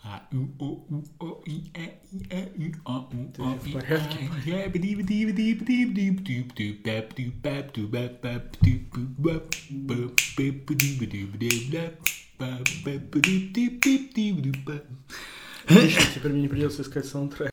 Ты в порядке? Отлично, теперь мне не придется искать саундтрек.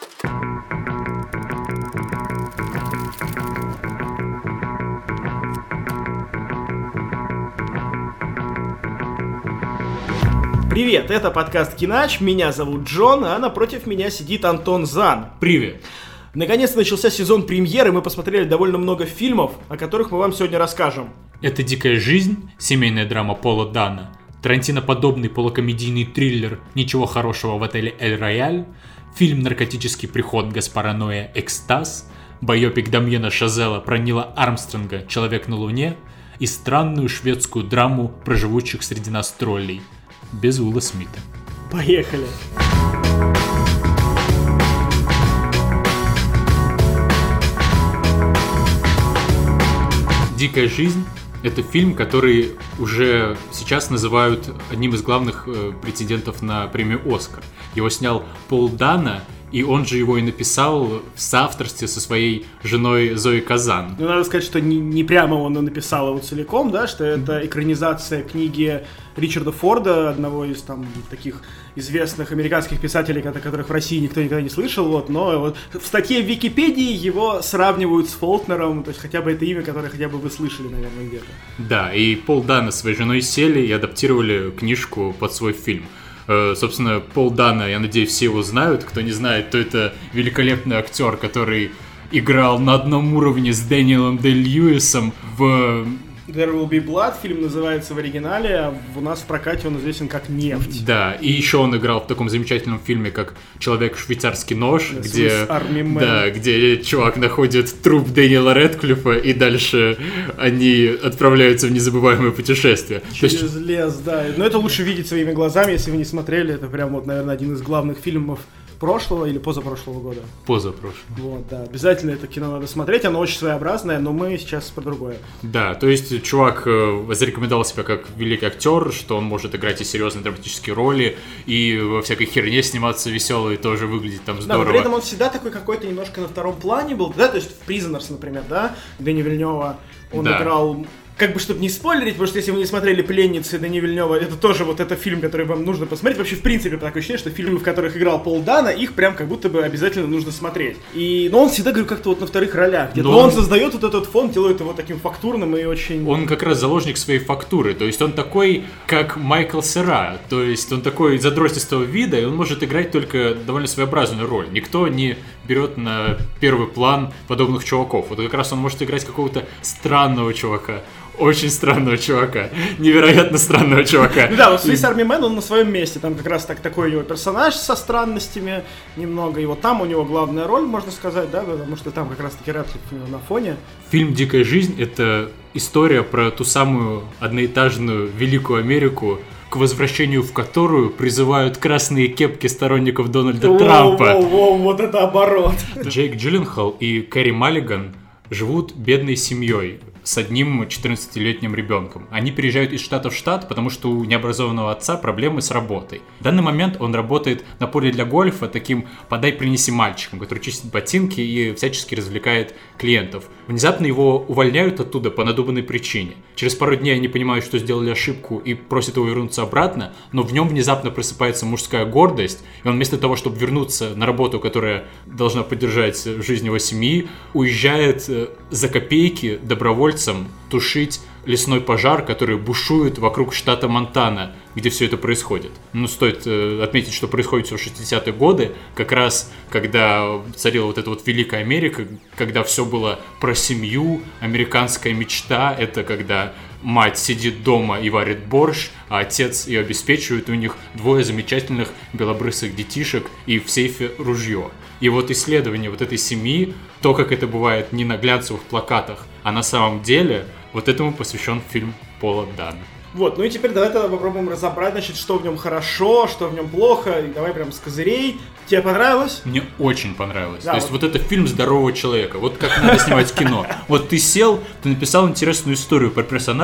Привет, это подкаст Кинач, меня зовут Джон, а напротив меня сидит Антон Зан. Привет. Наконец-то начался сезон премьеры, мы посмотрели довольно много фильмов, о которых мы вам сегодня расскажем. Это «Дикая жизнь», семейная драма Пола Дана, Тарантино-подобный полукомедийный триллер «Ничего хорошего в отеле Эль Рояль», фильм «Наркотический приход» Гаспара Ноэ «Экстаз», байопик Дамьена Шазела про Нила Армстронга «Человек на Луне» и странную шведскую драму про живущих среди нас троллей без Уилла Смита. Поехали! «Дикая жизнь» — это фильм, который уже сейчас называют одним из главных претендентов на премию «Оскар». Его снял Пол Дана, и он же его и написал в соавторстве со своей женой Зоей Казан. Ну, надо сказать, что не прямо он написал его целиком, да, что это экранизация книги Ричарда Форда, одного из там таких известных американских писателей, о которых в России никто никогда не слышал, вот, но вот в статье в Википедии его сравнивают с Фолкнером, то есть хотя бы это имя, которое хотя бы вы слышали, наверное, где-то. Да, и Пол Дана с своей женой сели и адаптировали книжку под свой фильм. Собственно, Пол Дана, я надеюсь, все его знают. Кто не знает, то это великолепный актер, который играл на одном уровне с Дэниелом Дэй-Льюисом в... There Will Be Blood, фильм называется в оригинале, а у нас в прокате он известен как «Нефть». Да, и еще он играл в таком замечательном фильме, как «Человек-швейцарский нож», где чувак находит труп Дэниела Рэдклиффа, и дальше они отправляются в незабываемое путешествие. Через лес, да. Но это лучше видеть своими глазами, если вы не смотрели. Это прям, вот, наверное, один из главных фильмов прошлого или позапрошлого года. Позапрошлого. Вот, да. Обязательно это кино надо смотреть, оно очень своеобразное, но мы сейчас про другое. Да, то есть чувак зарекомендовал себя как великий актер, что он может играть и серьезные драматические роли, и во всякой херне сниматься веселый, тоже выглядит там здорово. Да, но при этом он всегда такой какой-то немножко на втором плане был, да, то есть в Prisoners, например, да, Дэни Вильнёва, он играл... Как бы, чтобы не спойлерить, потому что если вы не смотрели «Пленницы» Дэни Вильнёва, это тоже вот это фильм, который вам нужно посмотреть. Вообще, в принципе, такое ощущение, что фильмы, в которых играл Пол Дана, их прям как будто бы обязательно нужно смотреть. Но он всегда, говорю, как-то вот на вторых ролях. Но он создает вот этот фон, делает его таким фактурным и очень... Он как раз заложник своей фактуры, то есть он такой, как Майкл Сера, то есть он такой задротистого вида, и он может играть только довольно своеобразную роль. Никто не берет на первый план подобных чуваков. Вот как раз он может играть какого-то странного чувака. Очень странного чувака. Невероятно странного чувака. Да, вот Swiss Army Man, он на своем месте. Там как раз такой у него персонаж со странностями немного. И вот там у него главная роль, можно сказать, да, потому что там как раз-таки Рэдклифф у него на фоне. Фильм «Дикая жизнь» — это история про ту самую одноэтажную великую Америку, к возвращению в которую призывают красные кепки сторонников Дональда Трампа. Вот это оборот. Джейк Джилленхол и Кэрри Маллиган живут бедной семьей с одним 14-летним ребенком. Они переезжают из штата в штат, потому что у необразованного отца проблемы с работой. В данный момент он работает на поле для гольфа таким «подай-принеси мальчиком», который чистит ботинки и всячески развлекает клиентов. Внезапно его увольняют оттуда по надуманной причине. Через пару дней они понимают, что сделали ошибку, и просят его вернуться обратно, но в нем внезапно просыпается мужская гордость, и он вместо того, чтобы вернуться на работу, которая должна поддержать жизнь его семьи, уезжает за копейки добровольцем тушить лесной пожар, который бушует вокруг штата Монтана, где все это происходит. Ну, стоит отметить, что происходит все в 60-е годы, как раз когда царила вот эта вот Великая Америка, когда все было про семью, американская мечта, это когда мать сидит дома и варит борщ, а отец ее обеспечивает, у них двое замечательных белобрысых детишек и в сейфе ружье. И вот исследование вот этой семьи, то, как это бывает не на глянцевых плакатах, а на самом деле, вот этому посвящен фильм Пола Дана. Вот, ну и теперь давай тогда попробуем разобрать, значит, что в нем хорошо, что в нем плохо. И давай прям с козырей. Тебе понравилось? Мне очень понравилось. Да, то есть вот это фильм здорового человека. Вот как надо снимать кино. Вот ты сел, ты написал интересную историю про персонажей,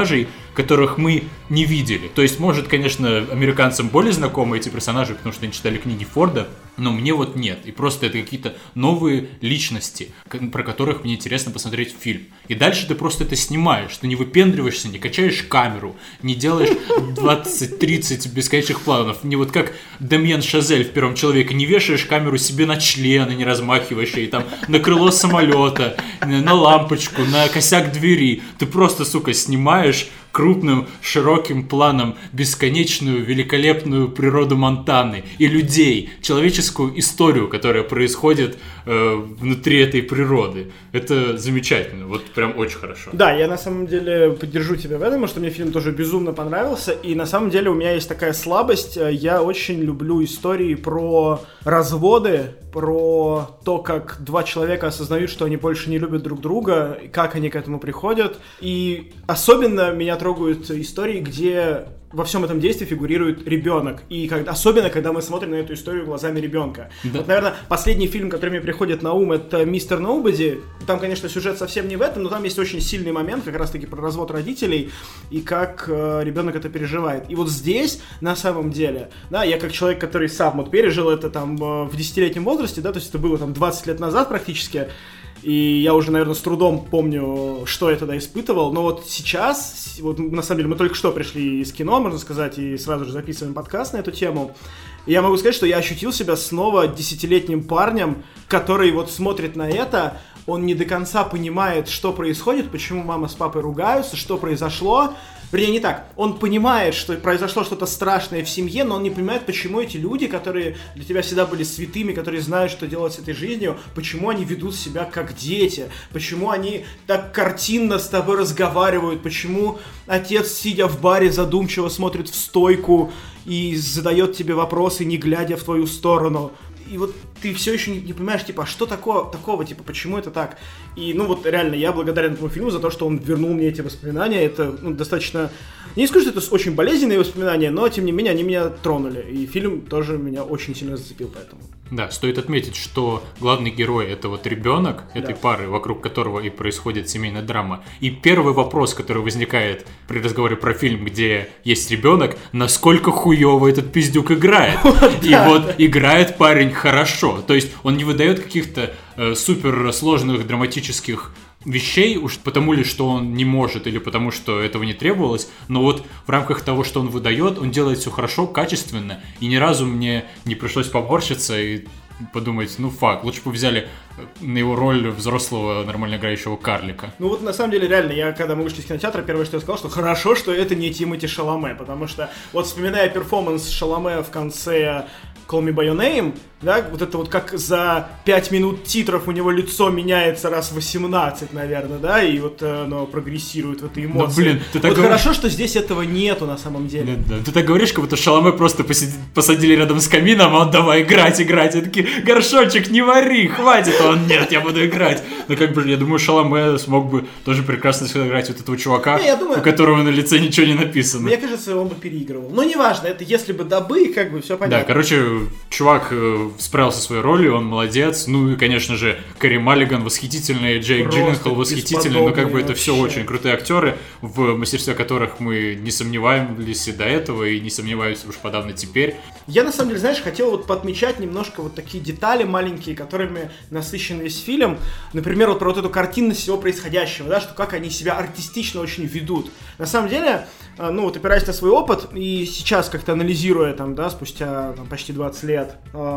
которых мы не видели. То есть, может, конечно, американцам более знакомы эти персонажи, потому что они читали книги Форда, но мне вот нет. И просто это какие-то новые личности, про которых мне интересно посмотреть фильм. И дальше ты просто это снимаешь, ты не выпендриваешься, не качаешь камеру, не делаешь 20-30 бесконечных планов. Не вот как Дамьен Шазель в «Первом человеке», не вешаешь камеру себе на член и не размахиваешь ей там на крыло самолета, на лампочку, на косяк двери. Ты просто, сука, снимаешь крупным, широким планом бесконечную, великолепную природу Монтаны и людей, человеческую историю, которая происходит внутри этой природы. Это замечательно, вот прям очень хорошо. Да, я на самом деле поддержу тебя в этом, потому что мне фильм тоже безумно понравился, и на самом деле у меня есть такая слабость, я очень люблю истории про разводы, про то, как два человека осознают, что они больше не любят друг друга, и как они к этому приходят, и особенно меня трогают истории, где во всем этом действии фигурирует ребенок. И особенно, когда мы смотрим на эту историю глазами ребенка. Да. Вот, наверное, последний фильм, который мне приходит на ум, это «Мистер Ноубоди». Там, конечно, сюжет совсем не в этом, но там есть очень сильный момент, как раз-таки про развод родителей и как ребенок это переживает. И вот здесь, на самом деле, да, я как человек, который сам вот пережил это там в 10-летнем возрасте, да, то есть это было там 20 лет назад практически, и я уже, наверное, с трудом помню, что я тогда испытывал. Но вот сейчас, вот на самом деле, мы только что пришли из кино, можно сказать, и сразу же записываем подкаст на эту тему. И я могу сказать, что я ощутил себя снова 10-летним парнем, который вот смотрит на это, он не до конца понимает, что происходит, почему мама с папой ругаются, что произошло. Вернее, не так. Он понимает, что произошло что-то страшное в семье, но он не понимает, почему эти люди, которые для тебя всегда были святыми, которые знают, что делать с этой жизнью, почему они ведут себя как дети, почему они так картинно с тобой разговаривают, почему отец, сидя в баре, задумчиво смотрит в стойку и задает тебе вопросы, не глядя в твою сторону. И вот ты все еще не понимаешь, типа, а что такого, типа, почему это так? И, ну, вот реально, я благодарен этому фильму за то, что он вернул мне эти воспоминания. Это, ну, достаточно... Не скажу, что это очень болезненные воспоминания, но, тем не менее, они меня тронули. И фильм тоже меня очень сильно зацепил поэтому. Да, стоит отметить, что главный герой — это вот ребенок этой пары, вокруг которого и происходит семейная драма. И первый вопрос, который возникает при разговоре про фильм, где есть ребенок, насколько хуёво этот пиздюк играет. И вот играет парень хорошо. То есть он не выдает каких-то суперсложных драматических вещей, уж потому ли, что он не может, или потому что этого не требовалось, но вот в рамках того, что он выдает, он делает все хорошо, качественно, и ни разу мне не пришлось поморщиться и подумать, ну фак, лучше бы взяли на его роль взрослого, нормально играющего карлика. Ну вот на самом деле реально, я когда мы вышли из кинотеатра, первое, что я сказал, что хорошо, что это не Тимоти Шаломе, потому что вот вспоминая перформанс Шаломе в конце Call Me By Your Name, да, вот это вот как за 5 минут титров у него лицо меняется раз 18, наверное, да, и вот оно прогрессирует в этой эмоции. Да, блин, ты так вот говоришь... Хорошо, что здесь этого нету на самом деле. Да. Ты так говоришь, как будто Шаломе просто посадили рядом с камином, а он давай играть. И такие, горшочек, не вари, хватит. А он, нет, я буду играть. Но как бы, я думаю, Шаломе смог бы тоже прекрасно сыграть вот этого чувака, у которого на лице ничего не написано. Мне кажется, он бы переигрывал. Но неважно, это если бы дабы, как бы все понятно. Да, короче, чувак справился со своей ролью, он молодец. Ну и, конечно же, Кэрри Маллиган восхитительный, Джейк Джилленхол восхитительный, но как бы это все очень крутые актеры, в мастерстве которых мы не сомневались и до этого, и не сомневаюсь уж подавно теперь. Я, на самом деле, знаешь, хотел вот подмечать немножко вот такие детали маленькие, которыми насыщен весь фильм. Например, вот про вот эту картинность всего происходящего, да, что как они себя артистично очень ведут. На самом деле, ну вот опираясь на свой опыт, и сейчас как-то анализируя там, да, спустя там, почти 20 лет,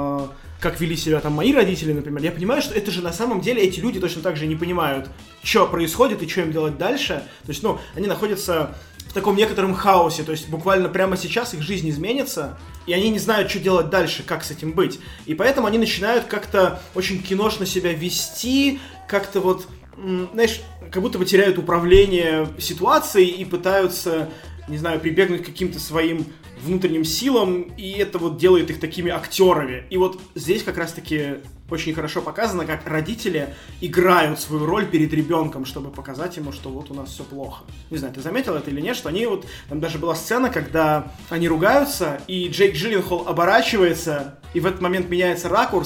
как вели себя там мои родители, например, я понимаю, что это же на самом деле эти люди точно так же не понимают, что происходит и что им делать дальше. То есть, ну, они находятся в таком некотором хаосе, то есть буквально прямо сейчас их жизнь изменится, и они не знают, что делать дальше, как с этим быть. И поэтому они начинают как-то очень киношно себя вести, как-то вот, знаешь, как будто бы теряют управление ситуацией и пытаются, не знаю, прибегнуть к каким-то своим внутренним силам, и это вот делает их такими актерами. И вот здесь как раз-таки очень хорошо показано, как родители играют свою роль перед ребенком, чтобы показать ему, что вот у нас все плохо. Не знаю, ты заметил это или нет, что они вот... Там даже была сцена, когда они ругаются, и Джейк Джилленхол оборачивается, и в этот момент меняется ракурс,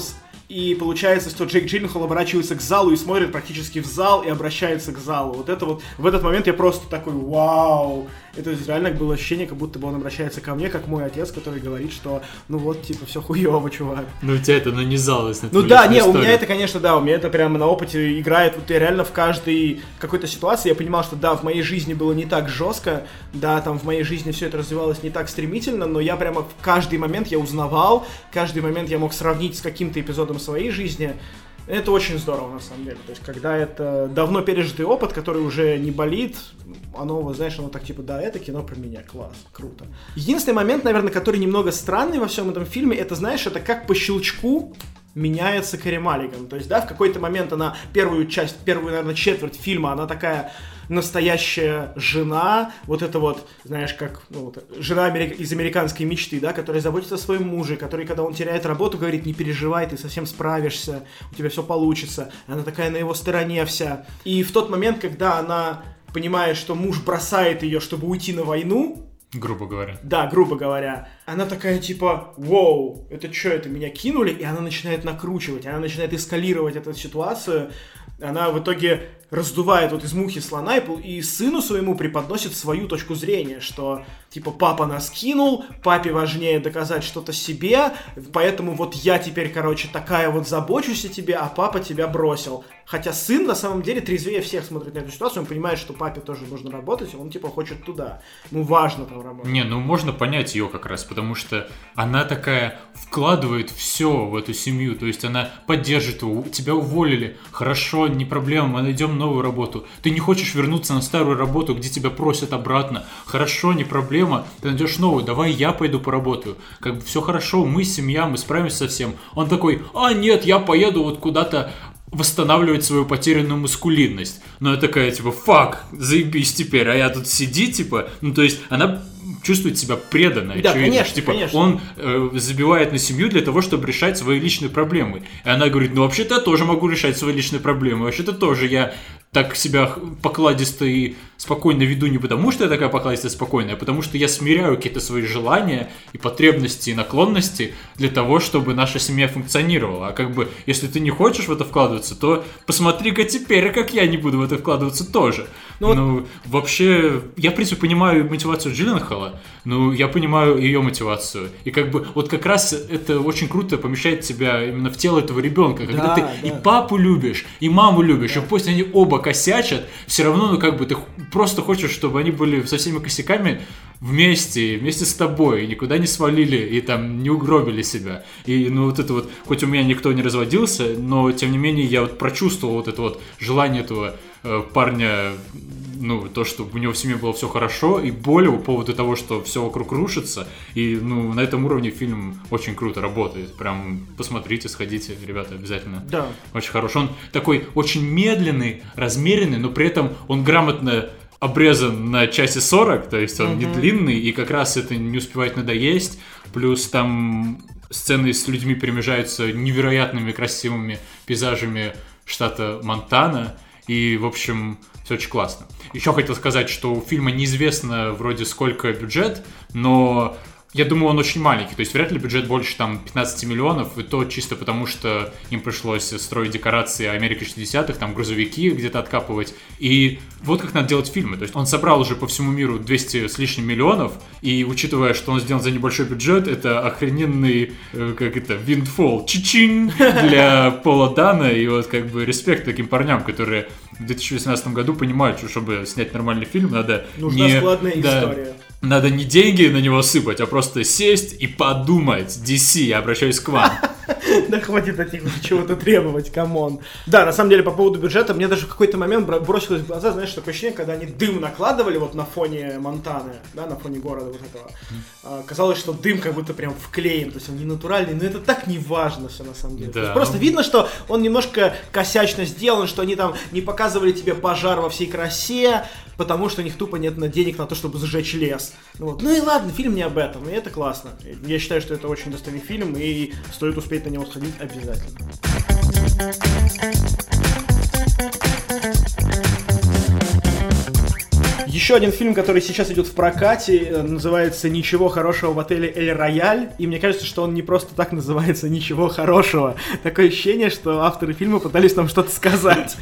и получается, что Джейк Джилленхол оборачивается к залу и смотрит практически в зал и обращается к залу. Вот это вот, в этот момент я просто такой, вау! Это реально было ощущение, как будто бы он обращается ко мне, как мой отец, который говорит, что, ну вот, типа, все хуёво, чувак. Ну, у тебя это нанизалось на твою историю. У меня это, конечно, да, у меня это прямо на опыте играет. Вот я реально в каждой какой-то ситуации я понимал, что да, в моей жизни было не так жестко, да, там в моей жизни все это развивалось не так стремительно, но я прямо в каждый момент я узнавал, каждый момент я мог сравнить с каким-то эпизодом своей жизни. Это очень здорово, на самом деле. То есть, когда это давно пережитый опыт, который уже не болит, оно, вот, знаешь, оно так типа, да, это кино про меня, класс, круто. Единственный момент, наверное, который немного странный во всем этом фильме, это, знаешь, это как по щелчку меняется Кэрри Маллиган. То есть, да, в какой-то момент она первую, наверное, четверть фильма, она такая настоящая жена, вот это вот, знаешь, как жена из американской мечты, да, которая заботится о своем муже, который, когда он теряет работу, говорит, не переживай, ты совсем справишься, у тебя все получится. Она такая на его стороне вся. И в тот момент, когда она понимает, что муж бросает ее, чтобы уйти на войну, грубо говоря. Да, грубо говоря. Она такая типа, вау, это что, это меня кинули? И она начинает накручивать, она начинает эскалировать эту ситуацию. Она в итоге раздувает вот из мухи слона и сыну своему преподносит свою точку зрения, что типа папа нас кинул, папе важнее доказать что-то себе, поэтому вот я теперь, короче, такая вот забочусь о тебе, а папа тебя бросил. Хотя сын на самом деле трезвее всех смотрит на эту ситуацию, он понимает, что папе тоже нужно работать, и он типа хочет туда. Ну важно там работать. Не, ну можно понять ее как раз, потому что она такая вкладывает все в эту семью, то есть она поддержит его, тебя уволили, хорошо, не проблема, мы найдем новую работу. Ты не хочешь вернуться на старую работу, где тебя просят обратно, хорошо, не проблема, ты найдешь новую, давай я пойду поработаю. Как бы все хорошо, мы семья, мы справимся со всем. Он такой, нет, я поеду вот куда-то восстанавливать свою потерянную маскулинность. Но я такая, типа, заебись теперь, а я тут сиди, типа, ну, то есть, она чувствует себя преданной. Да, конечно, типа, конечно. Он забивает на семью для того, чтобы решать свои личные проблемы. И она говорит, ну, вообще-то я тоже могу решать свои личные проблемы, вообще-то тоже я так себя покладисто и спокойно веду не потому, что я такая покладистая и спокойная, а потому что я смиряю какие-то свои желания и потребности и наклонности для того, чтобы наша семья функционировала. А как бы, если ты не хочешь в это вкладываться, то посмотри-ка теперь, как я не буду в это вкладываться тоже. Вообще, я, в принципе, понимаю мотивацию Джилленхола, но я понимаю ее мотивацию. И как бы, вот как раз это очень круто помещает тебя именно в тело этого ребенка, когда ты и папу любишь, и маму любишь, и пусть они оба косячат, все равно, ну, как бы, ты просто хочешь, чтобы они были со всеми косяками вместе с тобой, и никуда не свалили, и там не угробили себя. И, ну, вот это вот, хоть у меня никто не разводился, но, тем не менее, я вот прочувствовал вот это вот желание этого парня, ну, то, что у него в семье было все хорошо, и боль по поводу того, что все вокруг рушится. И, ну, на этом уровне фильм очень круто работает. Прям посмотрите, сходите, ребята, обязательно. Да. Очень хороший. Он такой очень медленный, размеренный, но при этом он грамотно обрезан на часе 40, то есть он не длинный, и как раз это не успевает надоесть. Плюс там сцены с людьми перемежаются невероятными красивыми пейзажами штата Монтана. И, в общем, все очень классно. Еще хотел сказать, что у фильма неизвестно вроде сколько бюджет, но я думаю, он очень маленький. То есть вряд ли бюджет больше там 15 миллионов, и то чисто потому, что им пришлось строить декорации Америки 60-х, там грузовики где-то откапывать. И вот как надо делать фильмы. То есть он собрал уже по всему миру 200 с лишним миллионов, и учитывая, что он сделан за небольшой бюджет, это охрененный, виндфолл, чичин для Пола Дана, и вот как бы респект таким парням, которые в 2018 году понимают, что чтобы снять нормальный фильм, надо нужна складная история. Надо не деньги на него сыпать, а просто сесть и подумать. DC, я обращаюсь к вам. Да хватит от них чего-то требовать, камон. Да, на самом деле, по поводу бюджета, мне даже в какой-то момент бросилось в глаза, знаешь, такое ощущение, когда они дым накладывали вот на фоне Монтаны, да, на фоне города вот этого. Казалось, что дым как будто прям вклеен, то есть он не натуральный, но это так не важно все на самом деле. Да. Просто видно, что он немножко косячно сделан, что они там не показывали тебе пожар во всей красе, потому что у них тупо нет денег на то, чтобы сжечь лес. Вот. Ну и ладно, фильм не об этом, и это классно. Я считаю, что это очень достойный фильм, и стоит успеть на него сходить обязательно. Еще один фильм, который сейчас идет в прокате, называется «Ничего хорошего в отеле Эль Рояль». И мне кажется, что он не просто так называется «Ничего хорошего». Такое ощущение, что авторы фильма пытались нам что-то сказать.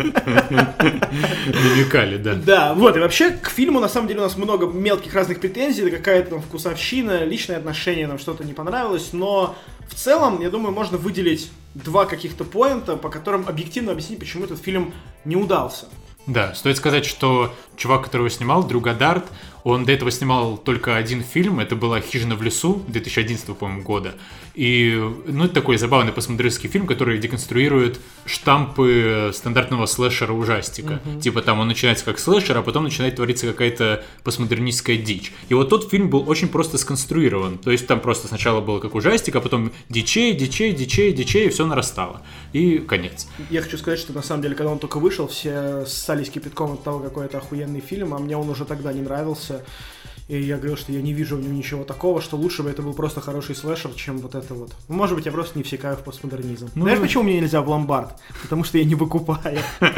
Намекали, да. Да, вот. И вообще к фильму, на самом деле, у нас много мелких разных претензий. Какая-то там вкусовщина, личное отношение, нам что-то не понравилось. Но в целом, я думаю, можно выделить два каких-то поинта, по которым объективно объяснить, почему этот фильм не удался. Да, стоит сказать, что чувак, которого снимал, Дрю Годдард, он до этого снимал только один фильм, это была «Хижина в лесу» 2011, по-моему, года. И, ну, это такой забавный постмодернистский фильм, который деконструирует штампы стандартного слэшера-ужастика. Типа там он начинается как слэшер, а потом начинает твориться какая-то постмодернистская дичь. И вот тот фильм был очень просто сконструирован. То есть там просто сначала было как ужастик, а потом дичей, и все нарастало. И конец. Я хочу сказать, что на самом деле, когда он только вышел, все ссались кипятком от того, какой это охуенный фильм, а мне он уже тогда не нравился. И я говорил, что я не вижу в нем ничего такого, что лучше бы это был просто хороший слэшер, чем вот это вот. Может быть, я просто не всекаю в постмодернизм. Знаешь, почему мне нельзя в ломбард? Потому что я не выкупаю.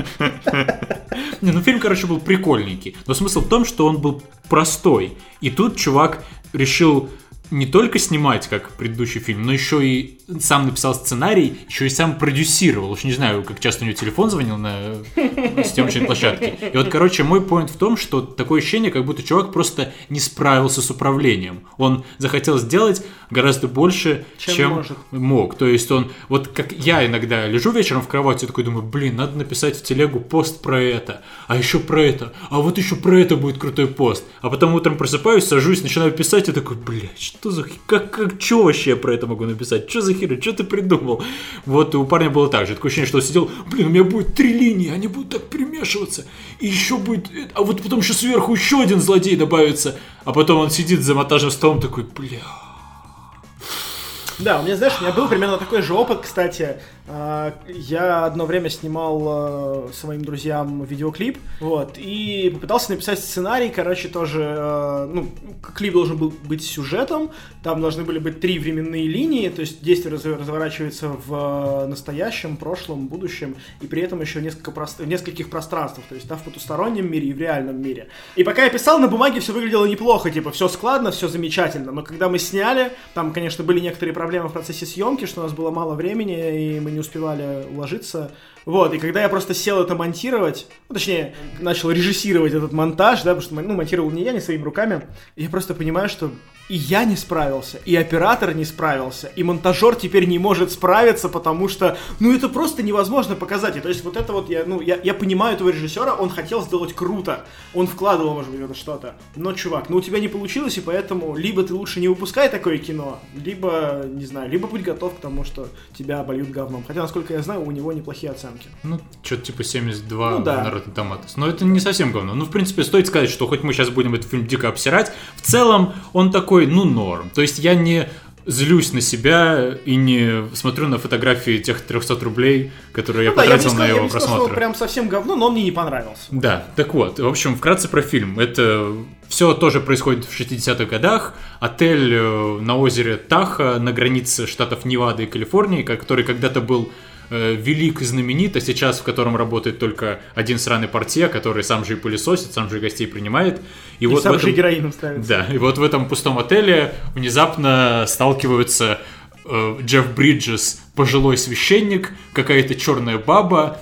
Не, ну фильм, короче, был прикольненький. Но смысл в том, что он был простой. И тут чувак решил не только снимать, как предыдущий фильм, но еще и сам написал сценарий, еще и сам продюсировал. Уж не знаю, как часто у него телефон звонил на съемочной площадке. И вот, короче, мой поинт в том, что такое ощущение, как будто чувак просто не справился с управлением. Он захотел сделать гораздо больше, чем мог. То есть он, вот как я иногда лежу вечером в кровати и такой думаю, блин, надо написать в телегу пост про это, а еще про это, а вот еще про это будет крутой пост. А потом утром просыпаюсь, сажусь, начинаю писать и такой, блядь, что за что вообще я про это могу написать? Что за херня? Что ты придумал? Вот у парня было так же. Такое ощущение, что он сидел, блин, у меня будет 3 линии, они будут так перемешиваться. И еще будет... А вот потом еще сверху еще один злодей добавится. А потом он сидит за монтажным столом такой, бля... Да, у меня, знаешь, у меня был примерно такой же опыт, кстати. Я одно время снимал своим друзьям видеоклип, вот, и попытался написать сценарий, короче, тоже, клип должен был быть сюжетом, там должны были быть 3 временные линии, то есть действие разворачивается в настоящем, прошлом, будущем, и при этом еще в нескольких пространствах, то есть, да, в потустороннем мире и в реальном мире. И пока я писал, на бумаге все выглядело неплохо, типа, все складно, все замечательно, но когда мы сняли, там, конечно, были некоторые проблемы в процессе съемки, что у нас было мало времени, и мы не успевали уложиться. Вот, и когда я просто сел это монтировать, точнее, начал режиссировать этот монтаж, да, потому что, монтировал не я, не своими руками, я просто понимаю, что и я не справился, и оператор не справился, и монтажер теперь не может справиться, потому что, это просто невозможно показать. И то есть вот это вот, я понимаю этого режиссера, он хотел сделать круто, он вкладывал, может быть, в это что-то, но, чувак, у тебя не получилось, и поэтому либо ты лучше не выпускай такое кино, либо, не знаю, либо будь готов к тому, что тебя обольют говном. Хотя, насколько я знаю, у него неплохие оценки. Что-то типа 72 на Rotten Tomatoes. Но это не совсем говно. В принципе, стоит сказать, что хоть мы сейчас будем этот фильм дико обсирать, в целом он такой, норм. То есть я не злюсь на себя и не смотрю на фотографии тех 300 рублей, которые я потратил на его просмотр. Я не сказал, прям совсем говно, но он мне не понравился. Да, так вот, в общем, вкратце про фильм. Это все тоже происходит в 60-х годах. Отель на озере Тахо на границе штатов Невада и Калифорнии, который когда-то был велик и знаменит, а сейчас в котором работает только один сраный портье, который сам же и пылесосит, сам же и гостей принимает. И вот сам же героином ставится. Да, и вот в этом пустом отеле внезапно сталкиваются Джефф Бриджес, пожилой священник, какая-то черная баба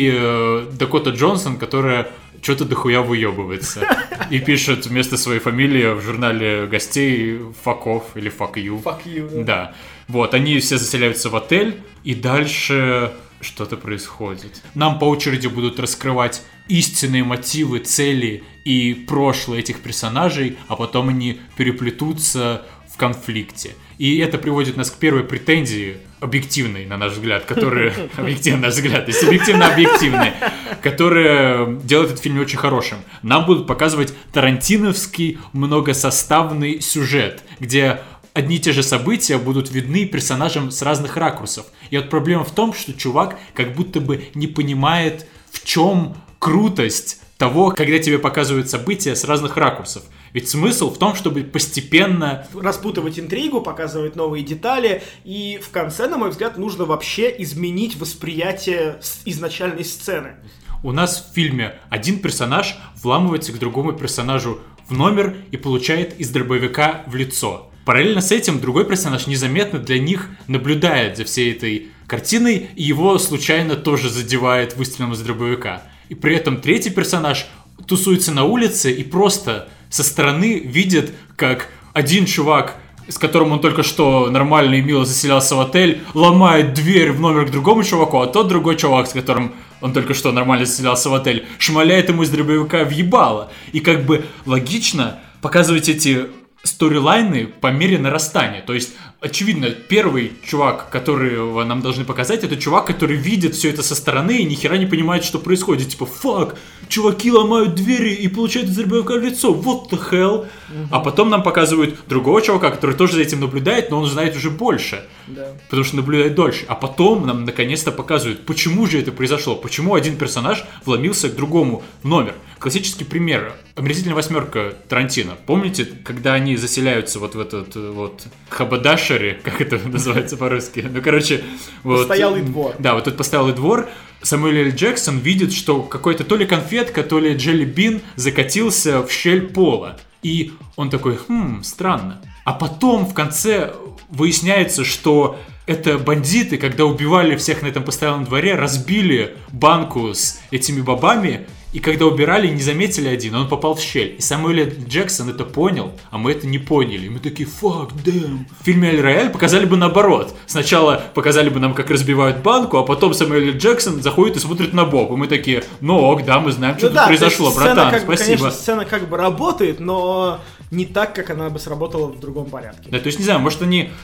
и Дакота Джонсон, которая что-то дохуя выебывается. И пишет вместо своей фамилии в журнале гостей fuck off или fuck you. Fuck you, да. Вот, они все заселяются в отель, и дальше что-то происходит. Нам по очереди будут раскрывать истинные мотивы, цели и прошлое этих персонажей, а потом они переплетутся в конфликте. И это приводит нас к первой претензии, объективной, на наш взгляд, которая... Объективный наш взгляд, то есть объективно-объективной, которая делает этот фильм очень хорошим. Нам будут показывать тарантиновский многосоставный сюжет, где одни и те же события будут видны персонажам с разных ракурсов. И вот проблема в том, что чувак как будто бы не понимает, в чем крутость того, когда тебе показывают события с разных ракурсов. Ведь смысл в том, чтобы постепенно распутывать интригу, показывать новые детали, и в конце, на мой взгляд, нужно вообще изменить восприятие изначальной сцены. у нас в фильме один персонаж вламывается к другому персонажу в номер и получает из дробовика в лицо. Параллельно с этим другой персонаж незаметно для них наблюдает за всей этой картиной, и его случайно тоже задевает выстрелом из дробовика. И при этом третий персонаж тусуется на улице и просто со стороны видит, как один чувак, с которым он только что нормально и мило заселялся в отель, ломает дверь в номер к другому чуваку, а тот другой чувак, с которым он только что нормально заселялся в отель, шмаляет ему из дробовика в ебало. И как бы логично показывать эти сторилайны по мере нарастания. То есть, очевидно, первый чувак, которого нам должны показать, это чувак, который видит все это со стороны и нихера не понимает, что происходит. Типа, фак, чуваки ломают двери и получают из дробовика в лицо. What the hell? А потом нам показывают другого чувака, который тоже за этим наблюдает, но он знает уже больше. Да. Потому что наблюдает дольше. А потом нам наконец-то показывают, почему же это произошло. Почему один персонаж вломился к другому в номер. Классический пример. «Омерзительная восьмерка» Тарантино. Помните, когда они заселяются вот в этот вот хабадашери, как это называется по-русски? Ну, короче... Постоялый двор. Да, вот этот постоялый двор. Самуэль Л. Джексон видит, что какой-то то ли конфетка, то ли джелли-бин закатился в щель пола. И он такой, странно. А потом в конце выясняется, что это бандиты, когда убивали всех на этом постоялом дворе, разбили банку с этими бобами, и когда убирали, не заметили один, он попал в щель. И Самуэль Л. Джексон это понял, а мы это не поняли. И мы такие, fuck damn. В фильме «Эль Рояль» показали бы наоборот. Сначала показали бы нам, как разбивают банку, а потом Самуэль Л. Джексон заходит и смотрит на боб. И мы такие, ок, да, мы знаем, что тут произошло, братан, спасибо. Конечно, сцена как бы работает, но не так, как она бы сработала в другом порядке. Да, то есть, не знаю, может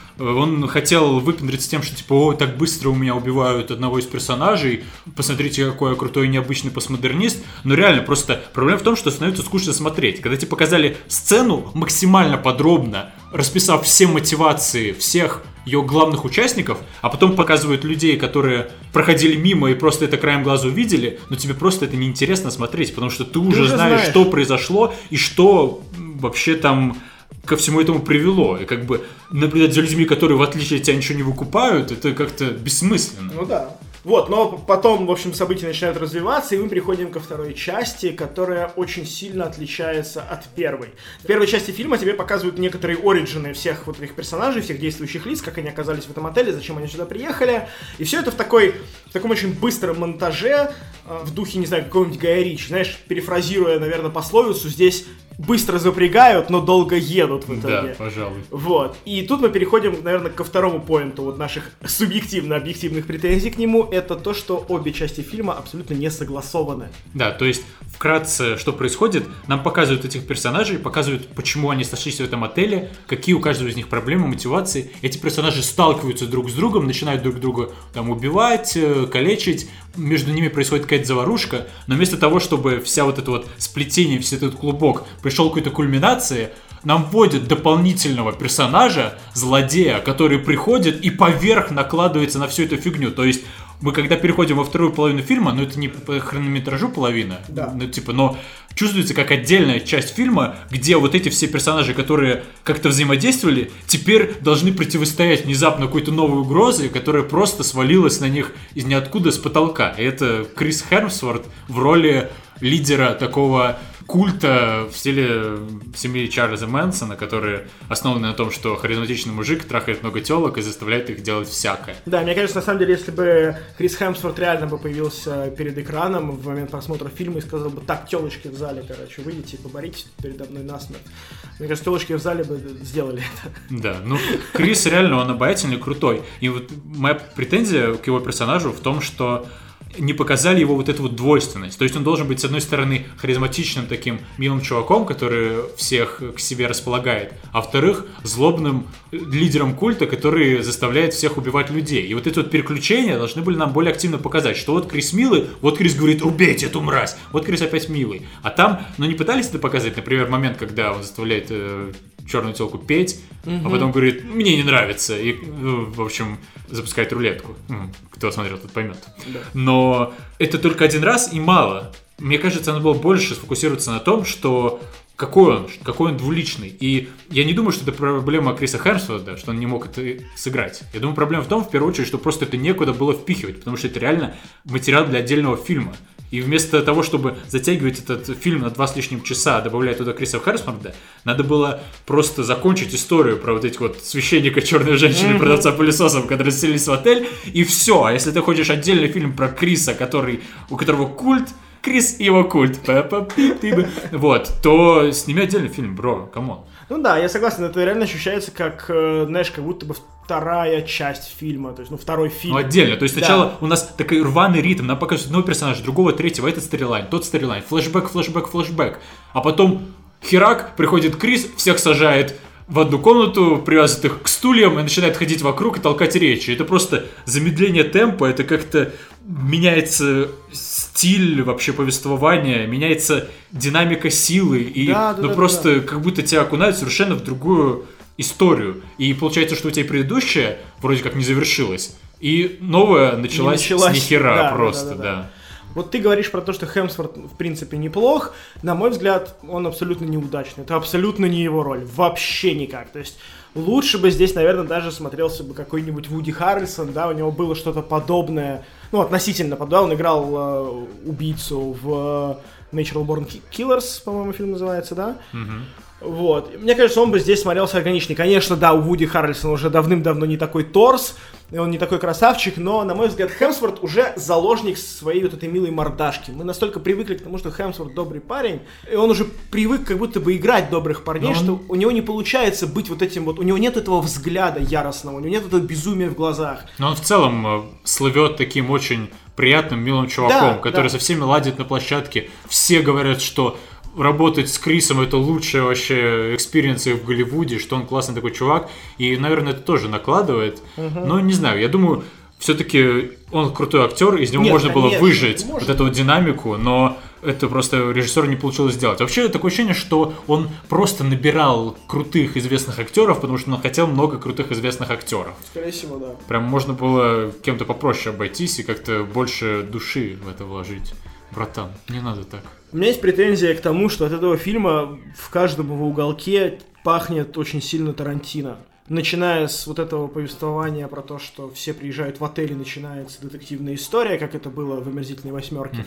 он хотел выпендриться тем, что типа, так быстро у меня убивают одного из персонажей, посмотрите, какой я крутой необычный постмодернист. Но реально, просто проблема в том, что становится скучно смотреть. Когда тебе показали сцену максимально подробно, расписав все мотивации всех ее главных участников, а потом показывают людей, которые проходили мимо и просто это краем глаза увидели, но тебе просто это неинтересно смотреть, потому что ты уже знаешь, что произошло и что вообще там ко всему этому привело. И как бы наблюдать за людьми, которые в отличие от тебя ничего не выкупают, это как-то бессмысленно. Ну да. Вот, но потом, в общем, события начинают развиваться, и мы приходим ко второй части, которая очень сильно отличается от первой. В первой части фильма тебе показывают некоторые оригины всех вот этих персонажей, всех действующих лиц, как они оказались в этом отеле, зачем они сюда приехали. И все это в таком очень быстром монтаже, в духе, не знаю, какого-нибудь Гая Ричи. Знаешь, перефразируя, наверное, пословицу, здесь быстро запрягают, но долго едут в итоге. Да, пожалуй. Вот. И тут мы переходим, наверное, ко второму поинту вот наших субъективно-объективных претензий к нему. Это то, что обе части фильма абсолютно не согласованы. Да, то есть, вкратце, что происходит, нам показывают этих персонажей, показывают, почему они сошлись в этом отеле, какие у каждого из них проблемы, мотивации. Эти персонажи сталкиваются друг с другом, начинают друг друга там убивать, калечить. Между ними происходит какая-то заварушка, но вместо того, чтобы вся вот это вот сплетение, весь этот клубок пришел к какой-то кульминации, нам вводят дополнительного персонажа, злодея, который приходит и поверх накладывается на всю эту фигню. То есть мы когда переходим во вторую половину фильма, это не по хронометражу половина, да. Но чувствуется как отдельная часть фильма, где вот эти все персонажи, которые как-то взаимодействовали, теперь должны противостоять внезапно какой-то новой угрозе, которая просто свалилась на них из ниоткуда, с потолка. И это Крис Хемсворт в роли лидера такого культа в стиле семьи Чарльза Мэнсона, который основан на том, что харизматичный мужик трахает много телок и заставляет их делать всякое. Да, мне кажется, на самом деле, если бы Крис Хемсворт реально бы появился перед экраном в момент просмотра фильма и сказал бы, так, телочки в зале, выйдите и поборитесь передо мной насмерть. Мне кажется, телочки в зале бы сделали это. Да, Крис реально, он обаятельный, крутой. И вот моя претензия к его персонажу в том, что не показали его вот эту вот двойственность. То есть он должен быть, с одной стороны, харизматичным таким милым чуваком, который всех к себе располагает, а во-вторых, злобным лидером культа, который заставляет всех убивать людей. И вот это вот переключение должны были нам более активно показать, что вот Крис милый, вот Крис говорит, убейте эту мразь, вот Крис опять милый. А там, не пытались это показать, например, момент, когда он заставляет черную телку петь, а потом говорит, мне не нравится, и, в общем, запускает рулетку. Кто смотрел, тот поймет. Да. Но это только один раз и мало. Мне кажется, надо было больше сфокусироваться на том, что какой он двуличный. И я не думаю, что это проблема Криса Хемсворта, что он не мог это сыграть. Я думаю, проблема в том, в первую очередь, что просто это некуда было впихивать, потому что это реально материал для отдельного фильма. И вместо того, чтобы затягивать этот фильм на 2 с лишним часа, добавляя туда Криса Хемсворта, надо было просто закончить историю про вот этих вот священника, черной женщины, продавца пылесосов, которые селились в отель, и все. А если ты хочешь отдельный фильм про Криса, у которого культ, Крис и его культ, вот, то сними отдельный фильм, бро, камон. Ну да, я согласен, это реально ощущается как, знаешь, как будто бы вторая часть фильма, то есть, второй фильм. Ну, отдельно, то есть сначала у нас такой рваный ритм, нам показывают одного персонажа, другого, третьего, этот сторилайн, тот сторилайн, флешбэк, а потом херак, приходит Крис, всех сажает в одну комнату, привязывает их к стульям и начинает ходить вокруг и толкать речи. Это просто замедление темпа, это как-то меняется стиль вообще повествования, меняется динамика силы, и просто как будто тебя окунают совершенно в другую историю. И получается, что у тебя предыдущая вроде как не завершилась, и новая началась с нихера просто. Вот ты говоришь про то, что Хемсворт, в принципе, неплох. На мой взгляд, он абсолютно неудачный. Это абсолютно не его роль. Вообще никак. То есть, лучше бы здесь, наверное, даже смотрелся бы какой-нибудь Вуди Харрельсон, да, у него было что-то подобное. Относительно подобное. Он играл убийцу в Natural Born Killers, по-моему, фильм называется, да? Вот. Мне кажется, он бы здесь смотрелся органичнее. Конечно, да, у Вуди Харрельсона уже давным-давно не такой торс, и он не такой красавчик, но, на мой взгляд, Хемсворт уже заложник своей вот этой милой мордашки. Мы настолько привыкли к тому, что Хемсворт добрый парень, и он уже привык как будто бы играть добрых парней, что у него не получается быть вот этим вот, у него нет этого взгляда яростного, у него нет этого безумия в глазах. Но он в целом слывет таким очень приятным, милым чуваком, который со всеми ладит на площадке. Все говорят, что работать с Крисом — это лучшая вообще экспириенс в Голливуде, что он классный такой чувак, и, наверное, это тоже накладывает. Но не знаю, я думаю, все-таки он крутой актер, из него можно было выжать вот эту динамику, но это просто режиссеру не получилось сделать. Вообще такое ощущение, что он просто набирал крутых известных актеров, потому что он хотел много крутых известных актеров. Скорее всего, да. Прям можно было кем-то попроще обойтись и как-то больше души в это вложить. Братан, не надо так. У меня есть претензия к тому, что от этого фильма в каждом его уголке пахнет очень сильно Тарантино. Начиная с вот этого повествования про то, что все приезжают в отель и начинается детективная история, как это было в «Омерзительной восьмерке»,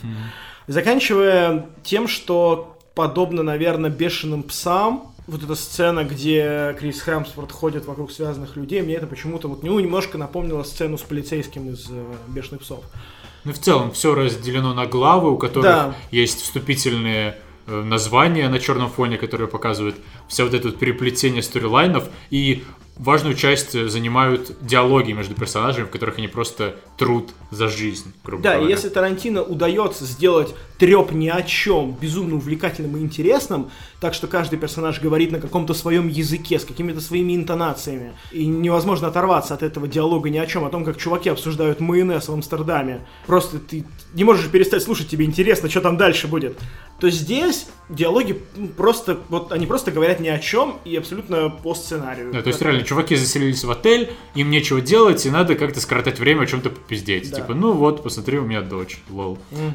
заканчивая тем, что подобно, наверное, «Бешеным псам», вот эта сцена, где Крис Хемсворт ходит вокруг связанных людей, мне это почему-то немножко напомнило сцену с полицейским из «Бешеных псов». Ну, в целом, все разделено на главы, у которых есть вступительные названия на черном фоне, которые показывают все вот это переплетение сторилайнов, и важную часть занимают диалоги между персонажами, в которых они просто трут за жизнь, грубо говоря. Да, и если Тарантино удается сделать трёп ни о чем безумно увлекательным и интересным, так что каждый персонаж говорит на каком-то своем языке, с какими-то своими интонациями, и невозможно оторваться от этого диалога ни о чем, о том, как чуваки обсуждают майонез в Амстердаме. Просто ты не можешь перестать слушать, тебе интересно, что там дальше будет. То здесь диалоги просто, они просто говорят ни о чем и абсолютно по сценарию. Да, то есть реально, чуваки заселились в отель, им нечего делать, и надо как-то скоротать время, о чем-то попиздеть. Да. Типа, посмотри, у меня дочь, лол.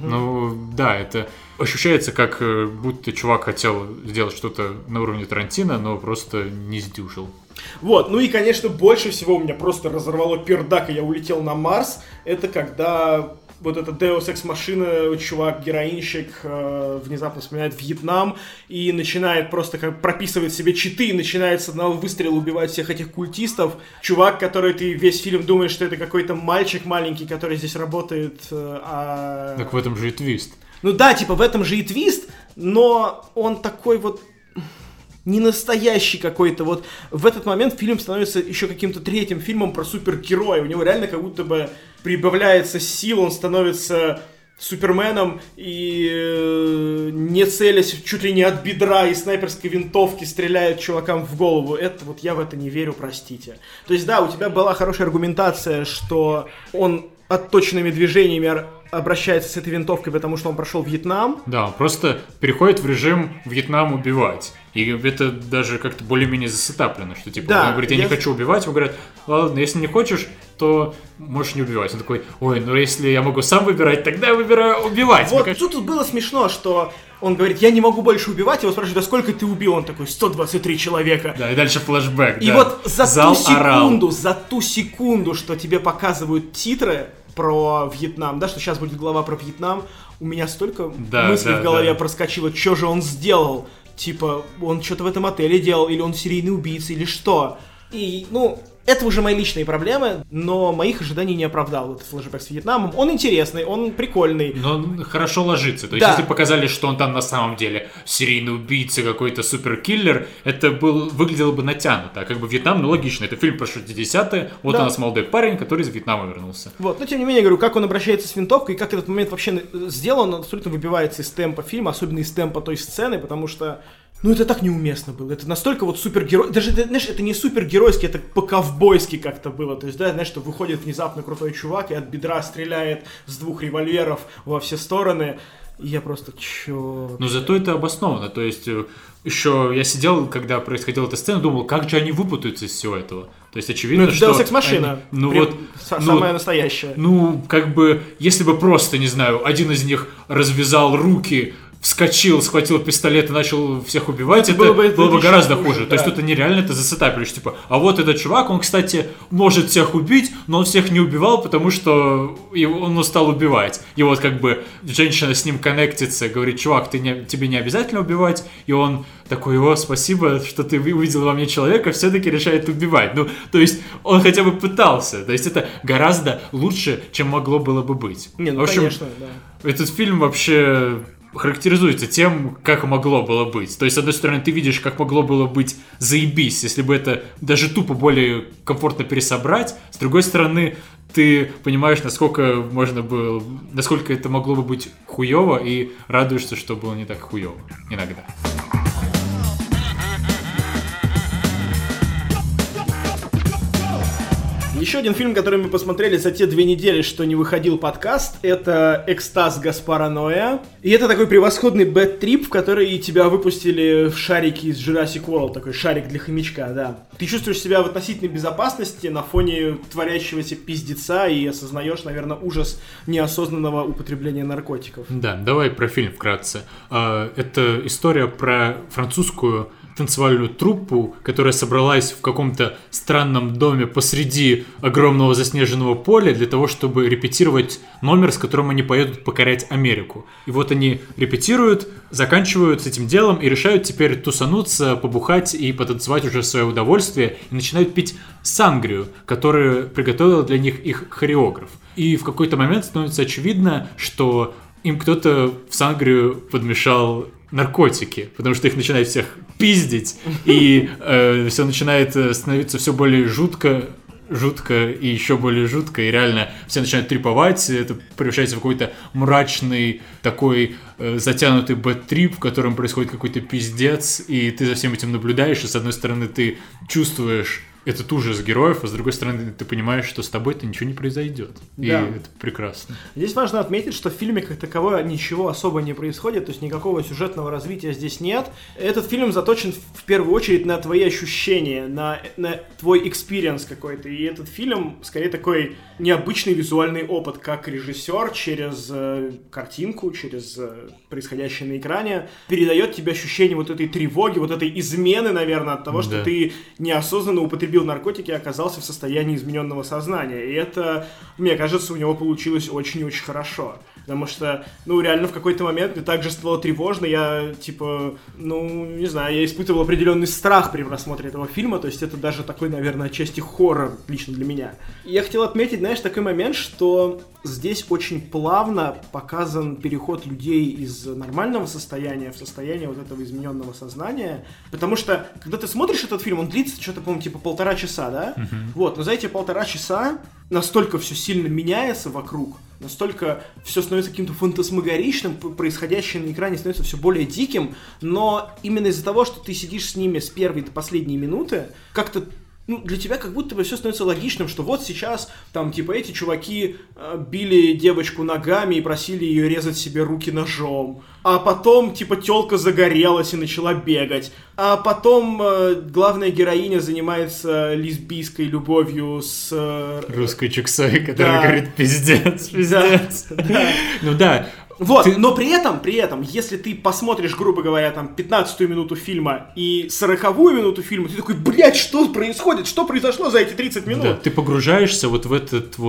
Да, это ощущается, как будто чувак хотел сделать что-то на уровне Тарантино, но просто не сдюжил. Вот, и, конечно, больше всего у меня просто разорвало пердак, и я улетел на Марс. Это когда вот эта Deus Ex Machina, чувак-героинщик, внезапно вспоминает Вьетнам и начинает просто как прописывать себе читы, и начинает с одного выстрела убивать всех этих культистов. Чувак, который ты весь фильм думаешь, что это какой-то мальчик маленький, который здесь работает. Так в этом же и твист. В этом же и твист, но он такой вот не настоящий какой-то. Вот в этот момент фильм становится еще каким-то третьим фильмом про супергероя. У него реально как будто бы прибавляется сил, он становится Суперменом и не целясь чуть ли не от бедра из снайперской винтовки стреляет чувакам в голову. Это вот я в это не верю, простите. То есть да, у тебя была хорошая аргументация, что он отточенными движениями обращается с этой винтовкой, потому что он прошел Вьетнам. Да, он просто переходит в режим Вьетнам убивать. И это даже как-то более-менее засетаплено, что типа, он говорит, я не хочу убивать, он говорит, ладно, если не хочешь, то можешь не убивать. Он такой, если я могу сам выбирать, тогда я выбираю убивать. Вот тут было смешно, что он говорит, я не могу больше убивать, его спрашивают, да сколько ты убил? Он такой, 123 человека. Да, и дальше флешбэк. И вот за ту секунду, что тебе показывают титры, про Вьетнам, да, что сейчас будет глава про Вьетнам, у меня столько мыслей в голове проскочило, что же он сделал, типа, он что-то в этом отеле делал, или он серийный убийца, или что. И, это уже мои личные проблемы, но моих ожиданий не оправдал этот флешбэк с Вьетнамом. Он интересный, он прикольный. Но он хорошо ложится. То есть, если показали, что он там на самом деле серийный убийца, какой-то суперкиллер, это выглядело бы натянуто. А как бы Вьетнам, логично. Это фильм про 60-е. Вот у нас молодой парень, который из Вьетнама вернулся. Вот, но тем не менее, говорю, как он обращается с винтовкой, и как этот момент вообще сделан, он абсолютно выбивается из темпа фильма, особенно из темпа той сцены, потому что это так неуместно было. Это настолько вот супергерой... Даже, знаешь, это не супергеройски, это по-ковбойски как-то было. То есть, да, знаешь, что выходит внезапно крутой чувак и от бедра стреляет с 2 револьверов во все стороны. И я просто, чё... Но зато это обосновано. То есть, еще я сидел, когда происходила эта сцена, думал, как же они выпутаются из всего этого. То есть, очевидно, что... Deus Ex Machina. Самая настоящая. Как бы, если бы просто, не знаю, один из них развязал руки... вскочил, схватил пистолет и начал всех убивать, это было бы гораздо хуже. Да. То есть, это нереально, это засетапили, типа, а вот этот чувак, он, кстати, может всех убить, но он всех не убивал, потому что он устал убивать. И вот как бы женщина с ним коннектится, говорит, чувак, тебе не обязательно убивать, и он такой, спасибо, что ты увидел во мне человека, все-таки решает убивать. То есть, он хотя бы пытался. То есть, это гораздо лучше, чем могло было бы быть. В общем, конечно, да. Этот фильм вообще... характеризуется тем, как могло было быть. То есть, с одной стороны, ты видишь, как могло было быть заебись, если бы это даже тупо более комфортно пересобрать. С другой стороны, ты понимаешь, насколько это могло бы быть хуёво, и радуешься, что было не так хуёво иногда. Еще один фильм, который мы посмотрели за те 2 недели, что не выходил подкаст, это «Экстаз Гаспара Ноэ». И это такой превосходный бэд-трип, в который тебя выпустили в шарике из Jurassic World, такой шарик для хомячка, да. Ты чувствуешь себя в относительной безопасности на фоне творящегося пиздеца и осознаешь, наверное, ужас неосознанного употребления наркотиков. Да, давай про фильм вкратце. Это история про французскую танцевальную труппу, которая собралась в каком-то странном доме посреди огромного заснеженного поля для того, чтобы репетировать номер, с которым они поедут покорять Америку. И вот они репетируют, заканчивают с этим делом и решают теперь тусануться, побухать и потанцевать уже в свое удовольствие, и начинают пить сангрию, которую приготовил для них их хореограф. И в какой-то момент становится очевидно, что им кто-то в сангрию подмешал наркотики, потому что их начинает всех пиздить, и все начинает становиться все более жутко и еще более жутко, и реально все начинают триповать, это превращается в какой-то мрачный такой затянутый бэд-трип, в котором происходит какой-то пиздец, и ты за всем этим наблюдаешь, и с одной стороны ты чувствуешь этот ужас героев, а с другой стороны ты понимаешь, что с тобой-то ничего не произойдет. И это прекрасно. Здесь важно отметить, что в фильме как таковое ничего особо не происходит, то есть никакого сюжетного развития здесь нет. Этот фильм заточен в первую очередь на твои ощущения, на твой экспириенс какой-то. И этот фильм скорее такой необычный визуальный опыт, как режиссер через картинку, через происходящее на экране передает тебе ощущение вот этой тревоги, вот этой измены, наверное, от того, что ты неосознанно употребил наркотики и оказался в состоянии измененного сознания. И это, мне кажется, у него получилось очень и очень хорошо. Потому что, реально в какой-то момент мне также стало тревожно. Я, не знаю, я испытывал определенный страх при просмотре этого фильма. То есть это даже такой, наверное, отчасти хоррор лично для меня. И я хотел отметить, знаешь, такой момент, что здесь очень плавно показан переход людей из нормального состояния в состояние вот этого измененного сознания. Потому что, когда ты смотришь этот фильм, он длится что-то, по-моему, типа 1,5 часа, да? Вот, но за эти 1,5 часа настолько все сильно меняется вокруг, настолько все становится каким-то фантасмагоричным, происходящее на экране становится все более диким, но именно из-за того, что ты сидишь с ними с первой до последней минуты, как-то для тебя как будто бы все становится логичным, что вот сейчас там эти чуваки били девочку ногами и просили ее резать себе руки ножом, а потом тёлка загорелась и начала бегать, а потом главная героиня занимается лесбийской любовью с русской чуксой, которая говорит пиздец. Да. Вот, но при этом, если ты посмотришь, грубо говоря, 15-ю минуту фильма и 40-ю минуту фильма, ты такой, блядь, что происходит? Что произошло за эти 30 минут? Да, ты погружаешься вот в этот вот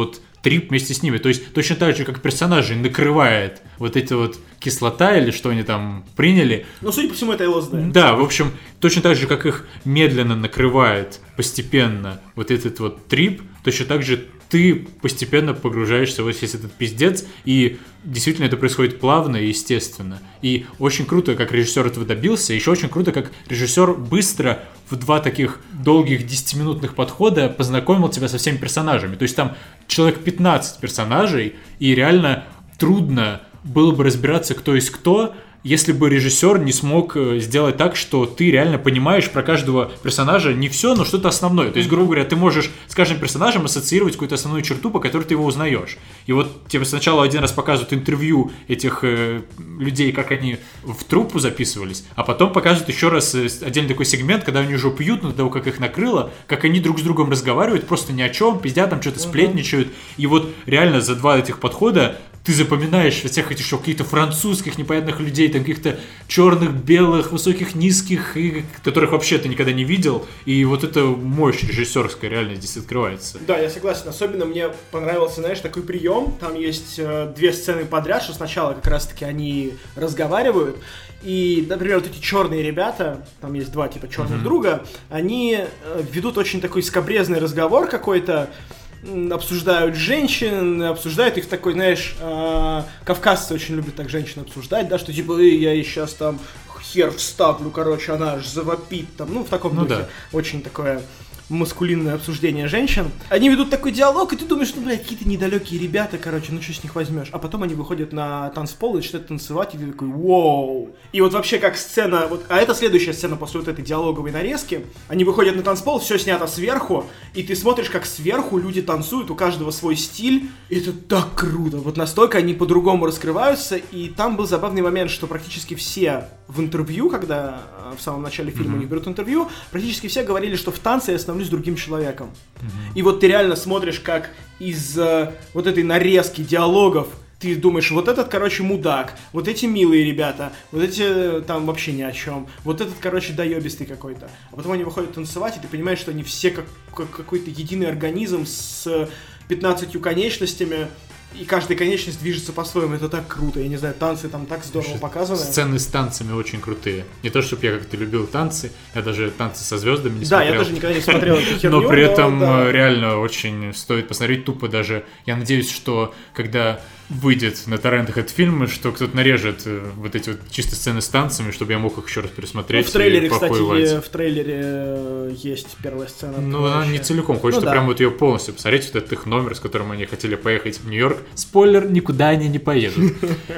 трип вместе с ними. То есть точно так же, как персонажей накрывает вот эта вот кислота или что они там приняли. Ну, судя по всему, это ЛСД. Да, в общем, точно так же, как их медленно накрывает постепенно вот этот вот трип, точно так же ты постепенно погружаешься в весь этот пиздец, и действительно это происходит плавно и естественно. И очень круто, как режиссер этого добился, еще очень круто, как режиссер быстро в 2 таких долгих 10-минутных подхода познакомил тебя со всеми персонажами. То есть там человек 15 персонажей, и реально трудно было бы разбираться, кто есть кто, если бы режиссер не смог сделать так, что ты реально понимаешь про каждого персонажа не все, но что-то основное. То есть, грубо говоря, ты можешь с каждым персонажем ассоциировать какую-то основную черту, по которой ты его узнаешь. И вот тебе сначала один раз показывают интервью этих людей, как они в труппу записывались, а потом показывают еще раз отдельный такой сегмент, когда они уже пьют, до того, как их накрыло, как они друг с другом разговаривают, просто ни о чем, пиздят, там что-то сплетничают. И вот реально за 2 этих подхода ты запоминаешь всех этих еще каких-то французских непонятных людей, там каких-то черных, белых, высоких, низких, и которых вообще ты никогда не видел. И вот эта мощь режиссерская реально здесь открывается. Да, я согласен. Особенно мне понравился, знаешь, такой прием. Там есть 2 сцены подряд, что сначала как раз-таки они разговаривают. И, например, вот эти черные ребята, там есть 2 типа черных друга, они ведут очень такой скабрезный разговор какой-то, обсуждают женщин, обсуждают их такой, знаешь, кавказцы очень любят так женщин обсуждать, да, что типа, я ей сейчас там хер вставлю, короче, она аж завопит, там, ну, в таком духе. Да. Очень такое маскулинное обсуждение женщин. Они ведут такой диалог, и ты думаешь, ну, блядь, какие-то недалекие ребята, короче, ну, что с них возьмешь? А потом они выходят на танцпол и начинают танцевать, и ты такой, вау! И вот вообще как сцена, вот, а это следующая сцена после вот этой диалоговой нарезки. Они выходят на танцпол, все снято сверху, и ты смотришь, как сверху люди танцуют, у каждого свой стиль, и это так круто. Вот настолько они по-другому раскрываются, и там был забавный момент, что практически все в интервью, когда в самом начале фильма они берут интервью, практически все говорили, что в танце я становлюсь другим человеком. И вот ты реально смотришь, как из вот этой нарезки диалогов ты думаешь, вот этот, короче, мудак, вот эти милые ребята, вот эти там вообще ни о чем, вот этот, короче, доебистый какой-то. А потом они выходят танцевать, и ты понимаешь, что они все как какой-то единый организм с 15 конечностями, и каждая конечность движется по-своему. Это так круто. Я не знаю, танцы там так здорово показаны. Сцены с танцами очень крутые. Не то, чтобы я как-то любил танцы, я даже танцы со звездами не смотрел. Да, я даже никогда не смотрел эту херню. Но при этом реально очень стоит посмотреть тупо даже. Я надеюсь, что когда выйдет на торрентах этот фильм, что кто-то нарежет вот эти вот чисто сцены с танцами, чтобы я мог их еще раз пересмотреть. Ну, в трейлере, кстати, в трейлере есть первая сцена. Ну, она не целиком. Хочется прям вот ее полностью посмотреть, вот этот их номер, с которым они хотели поехать в Нью-Йорк. Спойлер, никуда они не поедут.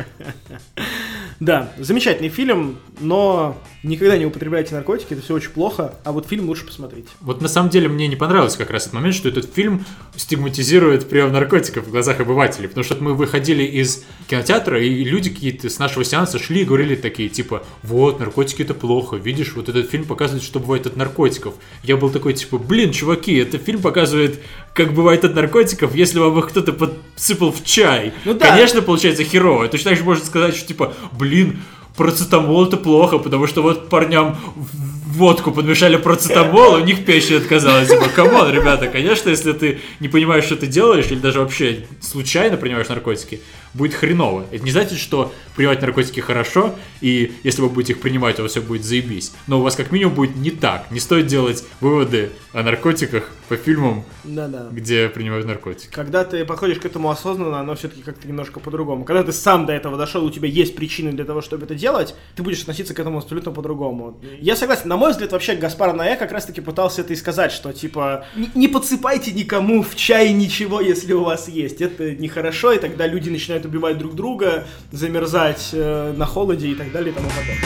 Да, замечательный фильм, но никогда не употребляйте наркотики, это все очень плохо, а вот фильм лучше посмотреть. Вот на самом деле мне не понравился как раз этот момент, что этот фильм стигматизирует прием наркотиков в глазах обывателей, потому что мы выходили из кинотеатра, и люди какие-то с нашего сеанса шли и говорили такие, типа, вот, наркотики это плохо, видишь, вот этот фильм показывает, что бывает от наркотиков. Я был такой, типа, блин, чуваки, этот фильм показывает, как бывает от наркотиков, если вам их кто-то подсыпал в чай. Ну, да. Конечно, получается херово. Точно так же можно сказать, что, типа, блин, парацетамол это плохо, потому что вот парням водку подмешали парацетамол, у них печень отказалась. Типа, камон, ребята, конечно, если ты не понимаешь, что ты делаешь, или даже вообще случайно принимаешь наркотики, будет хреново. Это не значит, что принимать наркотики хорошо, и если вы будете их принимать, у вас все будет заебись. Но у вас как минимум будет не так. Не стоит делать выводы о наркотиках по фильмам, где принимают наркотики. Когда ты подходишь к этому осознанно, оно все-таки как-то немножко по-другому. Когда ты сам до этого дошел, у тебя есть причины для того, чтобы это делать, ты будешь относиться к этому абсолютно по-другому. Я согласен. На мой взгляд, вообще Гаспар Ноэ как раз-таки пытался это и сказать, что типа не подсыпайте никому в чай ничего, если у вас есть. Это нехорошо, и тогда люди начинают убивать друг друга, замерзать на холоде и так далее и тому подобное.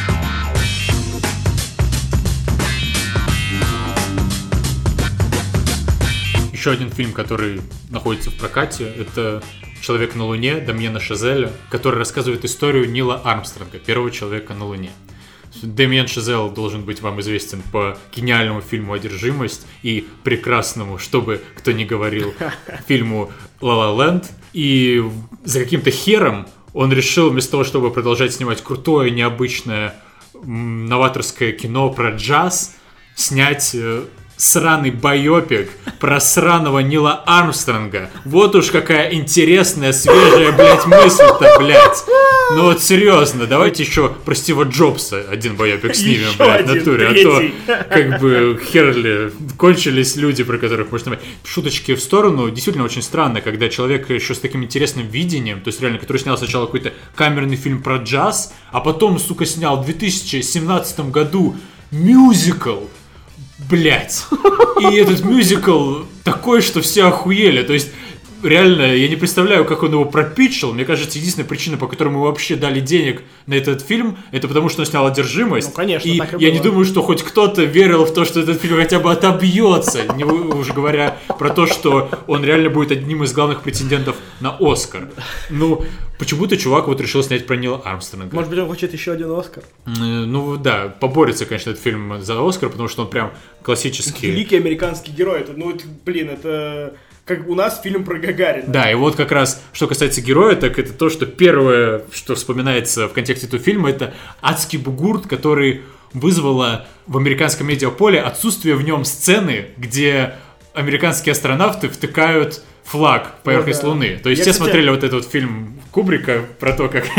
Еще один фильм, который находится в прокате, это «Человек на Луне» Дамьена Шазеля, который рассказывает историю Нила Армстронга, первого человека на Луне. Дамьен Шазель должен быть вам известен по гениальному фильму «Одержимость» и прекрасному, что бы кто ни говорил, фильму «Ла Ла Ленд». И за каким-то хером он решил, вместо того, чтобы продолжать снимать крутое, необычное, новаторское кино про джаз, снять сраный байопик про сраного Нила Армстронга. Вот уж какая интересная, свежая, блядь, мысль-то, блядь. Ну вот серьезно, давайте еще про Стива Джобса один байопик снимем, блядь, в натуре. Третий. А то, как бы, херли, кончились люди, про которых можно снимать. Шуточки в сторону, действительно очень странно, когда человек еще с таким интересным видением, то есть реально, который снял сначала какой-то камерный фильм про джаз, а потом, сука, снял в 2017 году мюзикл. Блять. И этот мюзикл такой, что все охуели. То есть, реально, я не представляю, как он его пропитчил. Мне кажется, единственная причина, по которой мы вообще дали денег на этот фильм, это потому, что он снял «Одержимость». Ну, конечно, и так и я было. не думаю, что хоть кто-то верил в то, что этот фильм хотя бы отобьется. Не уже говоря про то, что он реально будет одним из главных претендентов на «Оскар». Ну, почему-то чувак вот решил снять про Нила Армстронга. Может быть, он хочет еще один «Оскар»? Ну, да, поборется, конечно, этот фильм за «Оскар», потому что он прям классический. Великий американский герой. Это как у нас фильм про Гагарина. Да, и вот как раз, что касается героя, так это то, что первое, что вспоминается в контексте этого фильма, это адский бугурт, который вызвало в американском медиаполе отсутствие в нем сцены, где американские астронавты втыкают флаг в поверхность Луны. То есть все смотрели вот этот вот фильм Кубрика про то, как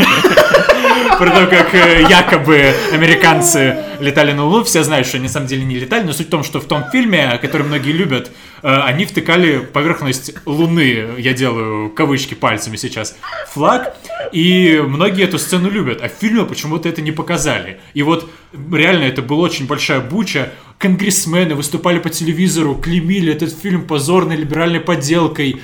якобы американцы летали на Луну. Все знают, что они на самом деле не летали, но суть в том, что в том фильме, который многие любят, они втыкали поверхность Луны, я делаю кавычки пальцами сейчас, флаг, и многие эту сцену любят, а в фильме почему-то это не показали. И вот реально это была очень большая буча. Конгрессмены выступали по телевизору, клеймили этот фильм позорной либеральной подделкой.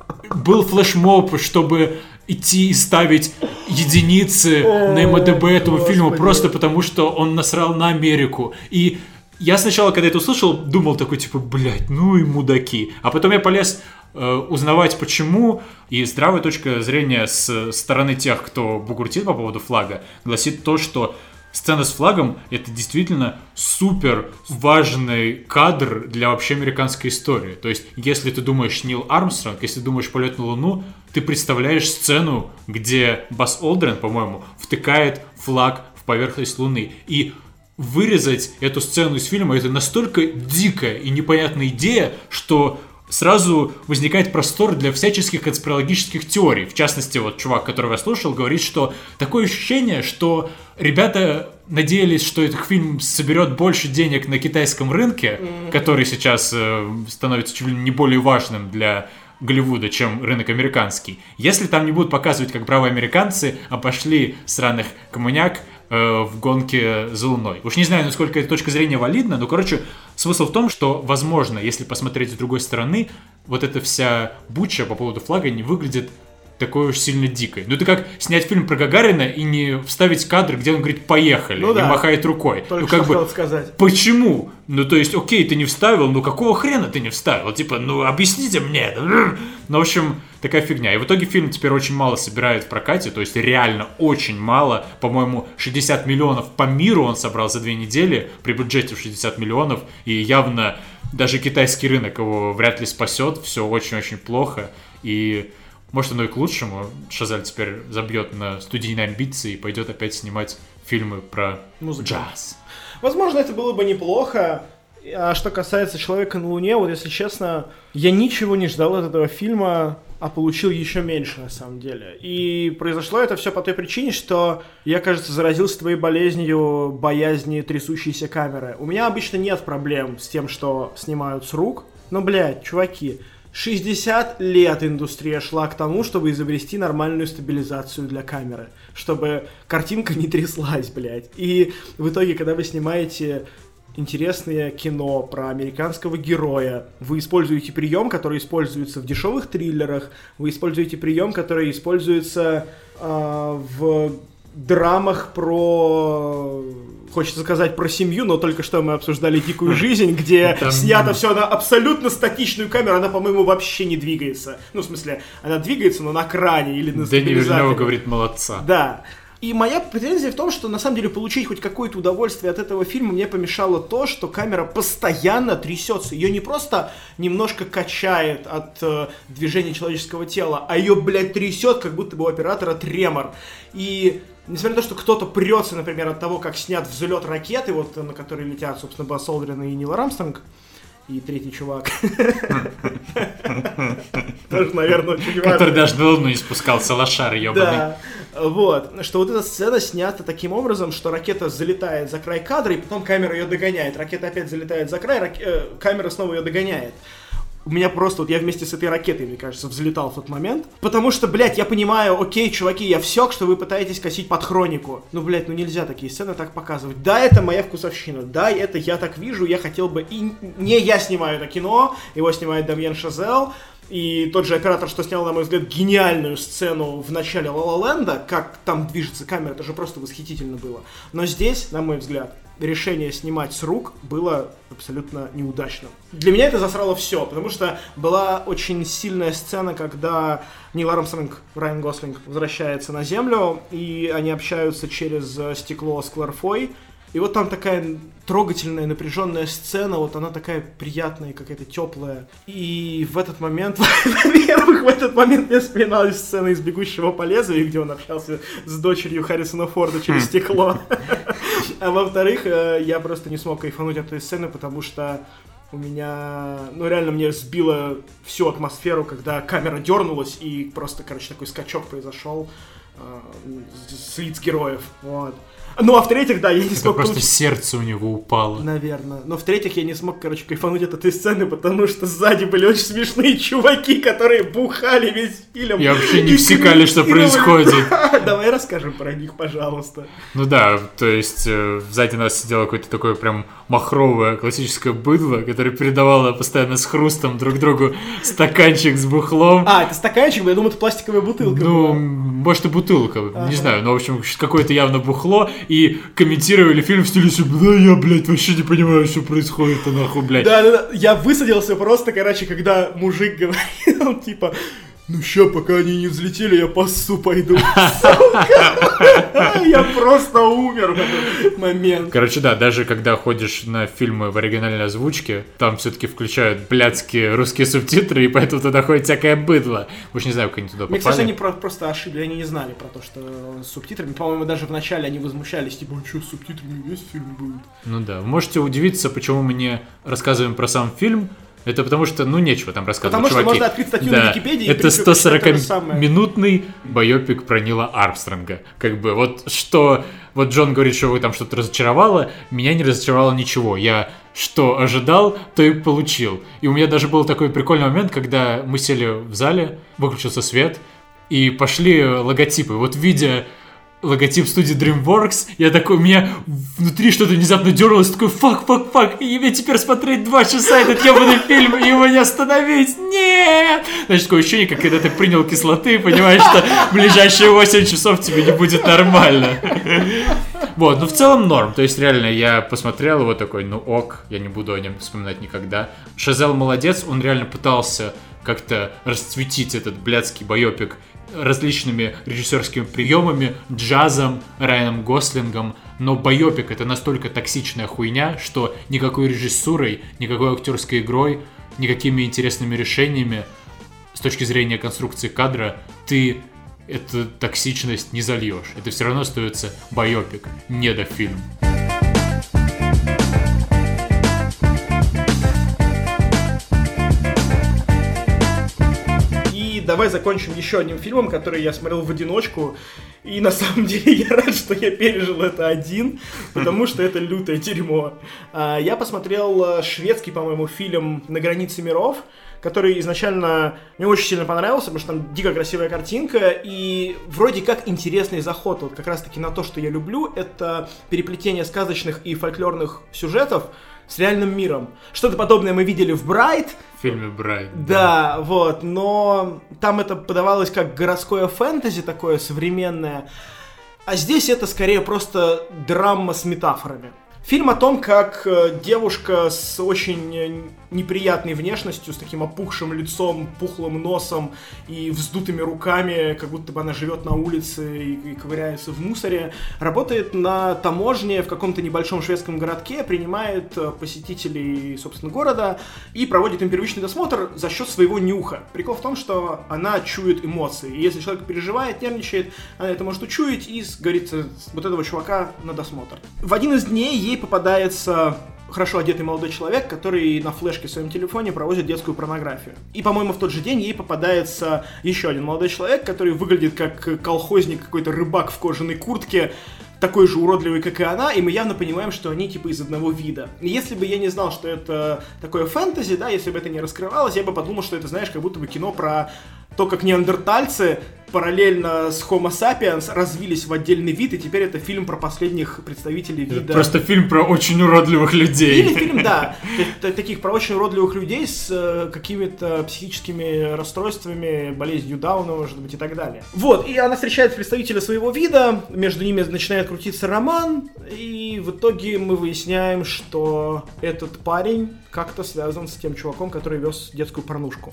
Был флешмоб, чтобы идти и ставить единицы на МДБ этому фильму, просто потому что он насрал на Америку. И я сначала, когда это услышал, думал такой, типа, блядь, ну и мудаки. А потом я полез узнавать, почему. И здравая точка зрения с стороны тех, кто бугуртит по поводу флага, гласит то, что сцена с флагом — это действительно супер важный кадр для вообще американской истории. То есть, если ты думаешь Нил Армстронг, если ты думаешь полет на Луну, ты представляешь сцену, где Базз Олдрин, по-моему, втыкает флаг в поверхность Луны. И вырезать эту сцену из фильма — это настолько дикая и непонятная идея, что сразу возникает простор для всяческих конспирологических теорий. В частности, вот чувак, которого я слушал, говорит, что такое ощущение, что ребята надеялись, что этот фильм соберет больше денег на китайском рынке, который сейчас становится чуть ли не более важным для Голливуда, чем рынок американский. Если там не будут показывать, как бравые американцы обошли сраных коммуняк в гонке за Луной. Уж не знаю, насколько эта точка зрения валидна, но, короче, смысл в том, что, возможно, если посмотреть с другой стороны, вот эта вся буча по поводу флага не выглядит такой уж сильно дикой. Ну, это как снять фильм про Гагарина и не вставить кадр, где он говорит «поехали», и махает рукой. Только ну, что как бы, хотел сказать. Почему? Ну, то есть, окей, ты не вставил, ну, какого хрена ты не вставил? Типа, ну, объясните мне. Ну, в общем, такая фигня. И в итоге фильм теперь очень мало собирает в прокате, то есть реально очень мало. По-моему, 60 миллионов по миру он собрал за 2 недели при бюджете в 60 миллионов. И явно даже китайский рынок его вряд ли спасет. Все очень-очень плохо. И может, оно и к лучшему. Шазаль теперь забьет на студийные амбиции и пойдет опять снимать фильмы про джаз. Возможно, это было бы неплохо. А что касается «Человека на Луне», вот если честно, я ничего не ждал от этого фильма, а получил еще меньше, на самом деле. И произошло это все по той причине, что я, кажется, заразился твоей болезнью боязни трясущейся камеры. У меня обычно нет проблем с тем, что снимают с рук, но, блядь, чуваки, 60 лет индустрия шла к тому, чтобы изобрести нормальную стабилизацию для камеры, чтобы картинка не тряслась, блядь. И в итоге, когда вы снимаете интересное кино про американского героя, вы используете прием, который используется в дешевых триллерах, вы используете прием, который используется в драмах про... Хочется сказать про семью, но только что мы обсуждали «Дикую жизнь», где снято все на абсолютно статичную камеру, она, по-моему, вообще не двигается. Ну, в смысле, она двигается, но на кране или на стабилизаторе. Дэнни Вильнёв говорит «молодца». Да. И моя претензия в том, что, на самом деле, получить хоть какое-то удовольствие от этого фильма мне помешало то, что камера постоянно трясется. Ее не просто немножко качает от движения человеческого тела, а ее, блядь, трясет, как будто бы у оператора тремор. И несмотря на то, что кто-то прется, например, от того, как снят взлет ракеты, вот на которой летят, собственно, Базз Олдрин и Нил Армстронг, и третий чувак. Тоже, наверное, очень важно. Который даже на Луну не спускался, лошар ёбаный. Да, вот, что вот эта сцена снята таким образом, что ракета залетает за край кадра, и потом камера ее догоняет. Ракета опять залетает за край, камера снова ее догоняет. У меня просто, вот я вместе с этой ракетой, мне кажется, взлетал в тот момент. Потому что, блядь, я понимаю, окей, чуваки, я всёк, что вы пытаетесь косить под хронику. Ну, блядь, ну нельзя такие сцены так показывать. Да, это моя вкусовщина, да, это я так вижу, я хотел бы... И не я снимаю это кино, его снимает Дамьен Шазел. И тот же оператор, что снял, на мой взгляд, гениальную сцену в начале «Ла Ла Ленда», как там движется камера, это же просто восхитительно было. Но здесь, на мой взгляд, решение снимать с рук было абсолютно неудачным. Для меня это засрало все, потому что была очень сильная сцена, когда Нил Армстронг, Райан Гослинг возвращается на Землю, и они общаются через стекло с Клэр Фой. И вот там такая трогательная, напряженная сцена, вот она такая приятная, какая-то теплая. И в этот момент, во-первых, в этот момент мне вспоминалась сцена из «Бегущего по лезвию», где он общался с дочерью Харрисона Форда через стекло. А во-вторых, я просто не смог кайфануть от этой сцены, потому что у меня, ну реально мне сбило всю атмосферу, когда камера дернулась и просто, короче, такой скачок произошел с лиц героев, вот. Ну, а в-третьих, да, я не смог... просто сердце у него упало. Наверное. Но в-третьих, я не смог, короче, кайфануть от этой сцены, потому что сзади были очень смешные чуваки, которые бухали весь фильм. И вообще не всекали, что происходит. Давай расскажем про них, пожалуйста. Ну да, то есть сзади нас сидело какое-то такое прям махровое классическое быдло, которое передавало постоянно с хрустом друг другу стаканчик с бухлом. А, это стаканчик? Я думал, это пластиковая бутылка. Ну, может и бутылка, не знаю, но в общем какое-то явно бухло. И комментировали фильм в стиле, да я, блядь, вообще не понимаю, что происходит-то нахуй, блядь. Да, я высадился просто, короче, когда мужик говорил, типа, ну ща, пока они не взлетели, я по ссу пойду. Я просто умер в этот момент. Короче, да, даже когда ходишь на фильмы в оригинальной озвучке, там все-таки включают блядские русские субтитры, и поэтому туда ходит всякое быдло. Уж не знаю, как они туда попали. Мне, кстати, они просто ошиблись, они не знали про то, что с субтитрами. По-моему, даже в начале они возмущались, типа, ну что, с субтитрами весь фильм будет? Ну да, можете удивиться, почему мы не рассказываем про сам фильм. Это потому что, ну, нечего там рассказывать, потому чуваки. Потому что можно открыть статью на Википедии и... Это 140-минутный байопик про Нила Армстронга. Как бы, вот что... Вот Джон говорит, что вы там что-то разочаровало. Меня не разочаровало ничего. Я что ожидал, то и получил. И у меня даже был такой прикольный момент, когда мы сели в зале, выключился свет, и пошли логотипы. Вот видя... логотип студии DreamWorks, я такой, у меня внутри что-то внезапно дернулось, такой, фак, и мне теперь смотреть 2 часа этот ебаный фильм, и его не остановить, нет! Значит, такое ощущение, как когда ты принял кислоты, понимаешь, что ближайшие 8 часов тебе не будет нормально. Вот, ну в целом норм, то есть реально я посмотрел его такой, ну ок, я не буду о нем вспоминать никогда. Шазел молодец, он реально пытался как-то расцветить этот блядский байопик различными режиссерскими приемами, джазом, Райаном Гослингом, но байопик — это настолько токсичная хуйня, что никакой режиссурой, никакой актерской игрой, никакими интересными решениями с точки зрения конструкции кадра ты эту токсичность не зальешь. Это все равно остается байопик, недофильм. Давай закончим еще одним фильмом, который я смотрел в одиночку. И на самом деле я рад, что я пережил это один, потому что это лютое дерьмо. Я посмотрел шведский, по-моему, фильм «На границе миров», который изначально мне очень сильно понравился, потому что там дико красивая картинка и вроде как интересный заход. Вот как раз-таки на то, что я люблю, это переплетение сказочных и фольклорных сюжетов с реальным миром. Что-то подобное мы видели в «Брайт». В фильме «Брайт». Да, вот, но там это подавалось как городское фэнтези такое современное, а здесь это скорее просто драма с метафорами. Фильм о том, как девушка с очень неприятной внешностью, с таким опухшим лицом, пухлым носом и вздутыми руками, как будто бы она живет на улице и ковыряется в мусоре, работает на таможне в каком-то небольшом шведском городке, принимает посетителей, собственно, города и проводит им первичный досмотр за счет своего нюха. Прикол в том, что она чует эмоции. И если человек переживает, нервничает, она это может учуять и, говорится, вот этого чувака на досмотр. В один из дней ей попадается хорошо одетый молодой человек, который на флешке в своем телефоне проводит детскую порнографию. И, по-моему, в тот же день ей попадается еще один молодой человек, который выглядит как колхозник, какой-то рыбак в кожаной куртке, такой же уродливый, как и она, и мы явно понимаем, что они типа из одного вида. И если бы я не знал, что это такое фэнтези, да, если бы это не раскрывалось, я бы подумал, что это, знаешь, как будто бы кино про то, как неандертальцы параллельно с Homo sapiens развились в отдельный вид, и теперь это фильм про последних представителей вида. Просто фильм про очень уродливых людей. Или фильм, да, таких про очень уродливых людей с какими-то психическими расстройствами, болезнью Дауна, может быть, и так далее. Вот, и она встречает представителя своего вида, между ними начинает крутиться роман, и в итоге мы выясняем, что этот парень как-то связан с тем чуваком, который вез детскую порнушку.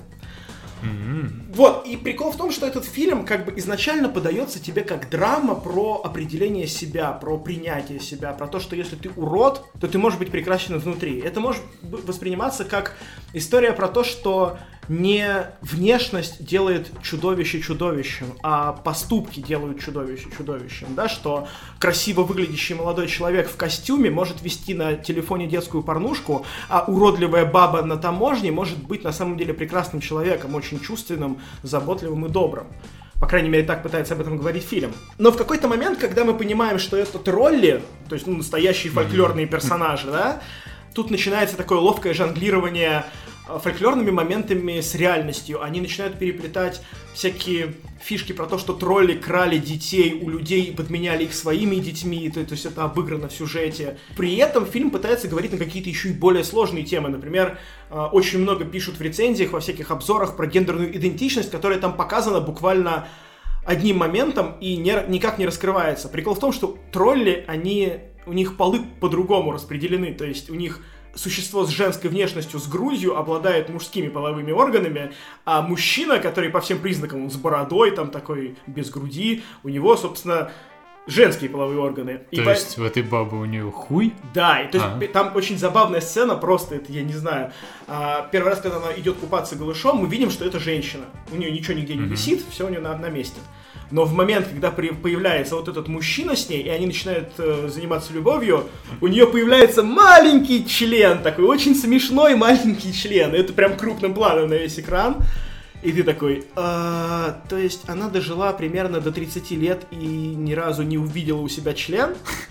Вот, и прикол в том, что этот фильм как бы изначально подается тебе как драма про определение себя, про принятие себя, про то, что если ты урод, то ты можешь быть прекрасен внутри. Это может восприниматься как история про то, что не внешность делает чудовище чудовищем, а поступки делают чудовище чудовищем, да, что красиво выглядящий молодой человек в костюме может вести на телефоне детскую порнушку, а уродливая баба на таможне может быть на самом деле прекрасным человеком, очень чувственным, заботливым и добрым. По крайней мере, так пытается об этом говорить фильм. Но в какой-то момент, когда мы понимаем, что это тролли, то есть настоящие фольклорные персонажи, да, тут начинается такое ловкое жонглирование фольклорными моментами с реальностью. Они начинают переплетать всякие фишки про то, что тролли крали детей у людей и подменяли их своими детьми, то есть это обыграно в сюжете. При этом фильм пытается говорить на какие-то еще и более сложные темы. Например, очень много пишут в рецензиях, во всяких обзорах про гендерную идентичность, которая там показана буквально одним моментом и никак не раскрывается. Прикол в том, что тролли, у них полы по-другому распределены, то есть у них существо с женской внешностью, с грудью, обладает мужскими половыми органами, а мужчина, который по всем признакам, он с бородой, там такой, без груди, у него, собственно, женские половые органы. То есть в этой бабе у нее хуй? Да, и то есть там очень забавная сцена, просто это, я не знаю, первый раз, когда она идет купаться голышом, мы видим, что это женщина. У нее ничего нигде не висит, все у нее на месте. Но в момент, когда появляется вот этот мужчина с ней, и они начинают заниматься любовью, у нее появляется маленький член, такой очень смешной маленький член. И это прям крупным планом на весь экран. И ты такой, то есть она дожила примерно до 30 лет и ни разу не увидела у себя член?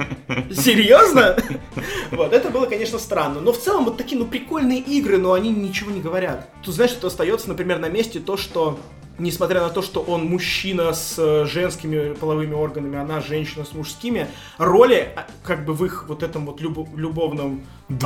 Серьезно? Вот, это было, конечно, странно. Но в целом вот такие, прикольные игры, но они ничего не говорят. Тут, знаешь, что остается, например, на месте то, что несмотря на то, что он мужчина с женскими половыми органами, она женщина с мужскими, роли, как бы в их вот этом вот любовном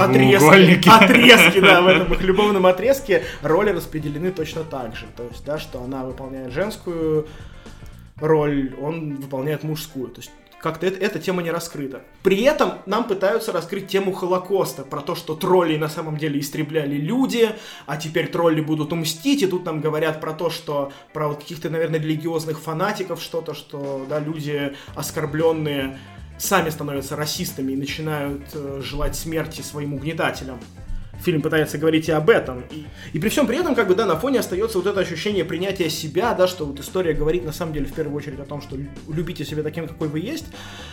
отрезке, да, в этом их любовном отрезке роли распределены точно так же. То есть, да, что она выполняет женскую роль, он выполняет мужскую. То есть, как-то эта тема не раскрыта. При этом нам пытаются раскрыть тему Холокоста, про то, что тролли на самом деле истребляли люди, а теперь тролли будут мстить, и тут нам говорят про то, что про вот каких-то, наверное, религиозных фанатиков что-то, что, да, люди оскорбленные сами становятся расистами и начинают желать смерти своим угнетателям. Фильм пытается говорить и об этом. И при всем при этом, как бы, да, на фоне остается вот это ощущение принятия себя, да, что вот история говорит на самом деле в первую очередь о том, что любите себя таким, какой вы есть.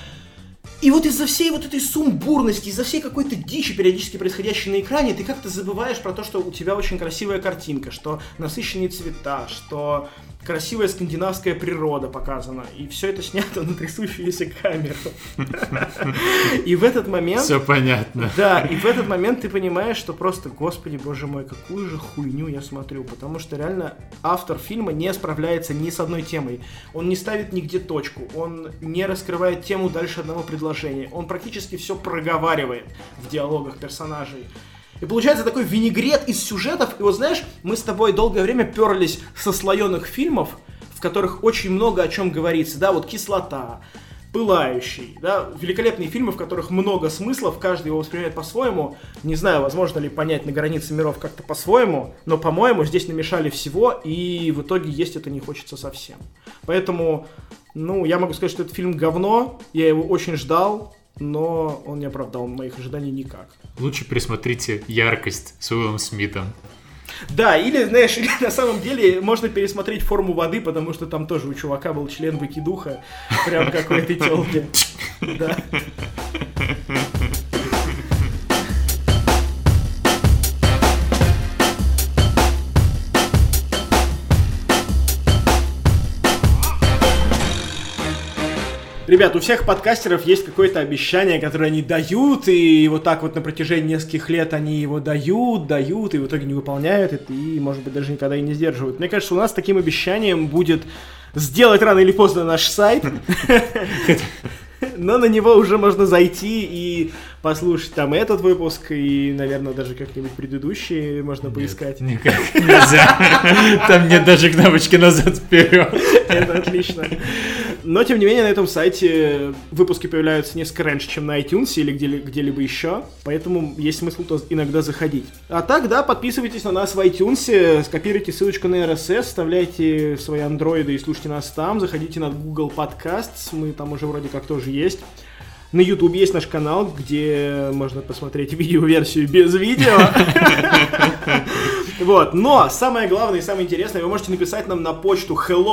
И вот из-за всей вот этой сумбурности, из-за всей какой-то дичи, периодически происходящей на экране, ты как-то забываешь про то, что у тебя очень красивая картинка, что насыщенные цвета, что красивая скандинавская природа показана, и все это снято на трясущуюся камеру. И в этот момент... Все понятно. Да, и в этот момент ты понимаешь, что просто, господи, боже мой, какую же хуйню я смотрю, потому что реально автор фильма не справляется ни с одной темой. Он не ставит нигде точку, он не раскрывает тему дальше одного предложения, он практически все проговаривает в диалогах персонажей. И получается такой винегрет из сюжетов. И вот знаешь, мы с тобой долгое время перлись со слоеных фильмов, в которых очень много о чем говорится. Да, вот «Кислота», «Пылающий», да, великолепные фильмы, в которых много смыслов, каждый его воспринимает по-своему. Не знаю, возможно ли понять «На границе миров» как-то по-своему, но, по-моему, здесь намешали всего, и в итоге есть это не хочется совсем. Поэтому, я могу сказать, что этот фильм говно, я его очень ждал, но он не оправдал моих ожиданий никак. Лучше пересмотрите «Яркость» с Уиллом Смитом. Да, или, знаешь, на самом деле можно пересмотреть «Форму воды», потому что там тоже у чувака был член выкидуха, прям как у этой тёлки. Да. Ребят, у всех подкастеров есть какое-то обещание, которое они дают, и вот так вот на протяжении нескольких лет они его дают, и в итоге не выполняют это, и, может быть, даже никогда и не сдерживают. Мне кажется, у нас таким обещанием будет сделать рано или поздно наш сайт, но на него уже можно зайти и послушать там этот выпуск, и, наверное, даже как-нибудь предыдущие можно поискать. Нет, никак нельзя. Там нет даже кнопочки назад-вперед. Это отлично. Но, тем не менее, на этом сайте выпуски появляются несколько раньше, чем на iTunes или где-либо еще, поэтому есть смысл иногда заходить. А так, да, подписывайтесь на нас в iTunes, скопируйте ссылочку на RSS, вставляйте свои андроиды и слушайте нас там, заходите на Google Podcasts, мы там уже вроде как тоже есть. На YouTube есть наш канал, где можно посмотреть видеоверсию без видео. Вот, но самое главное и самое интересное, вы можете написать нам на почту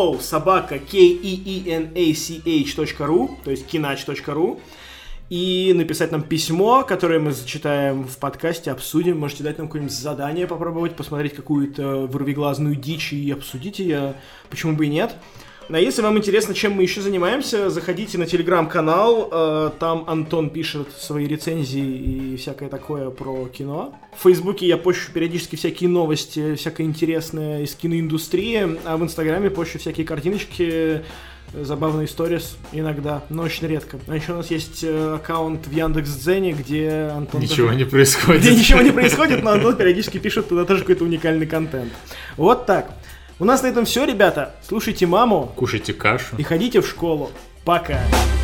hello@keenach.ru, то есть kinach.ru, и написать нам письмо, которое мы зачитаем в подкасте, обсудим. Можете дать нам какое-нибудь задание попробовать, посмотреть какую-то вырвиглазную дичь и обсудить ее, почему бы и нет. А если вам интересно, чем мы еще занимаемся, заходите на телеграм-канал, там Антон пишет свои рецензии и всякое такое про кино. В Фейсбуке я пощу периодически всякие новости, всякое интересное из киноиндустрии, а в Инстаграме пощу всякие картиночки, забавные сторис иногда, но очень редко. А еще у нас есть аккаунт в Яндекс.Дзене, где Антон... Ничего не происходит. Где ничего не происходит, но Антон периодически пишет туда тоже какой-то уникальный контент. Вот так. У нас на этом все, ребята. Слушайте маму. Кушайте кашу. И ходите в школу. Пока.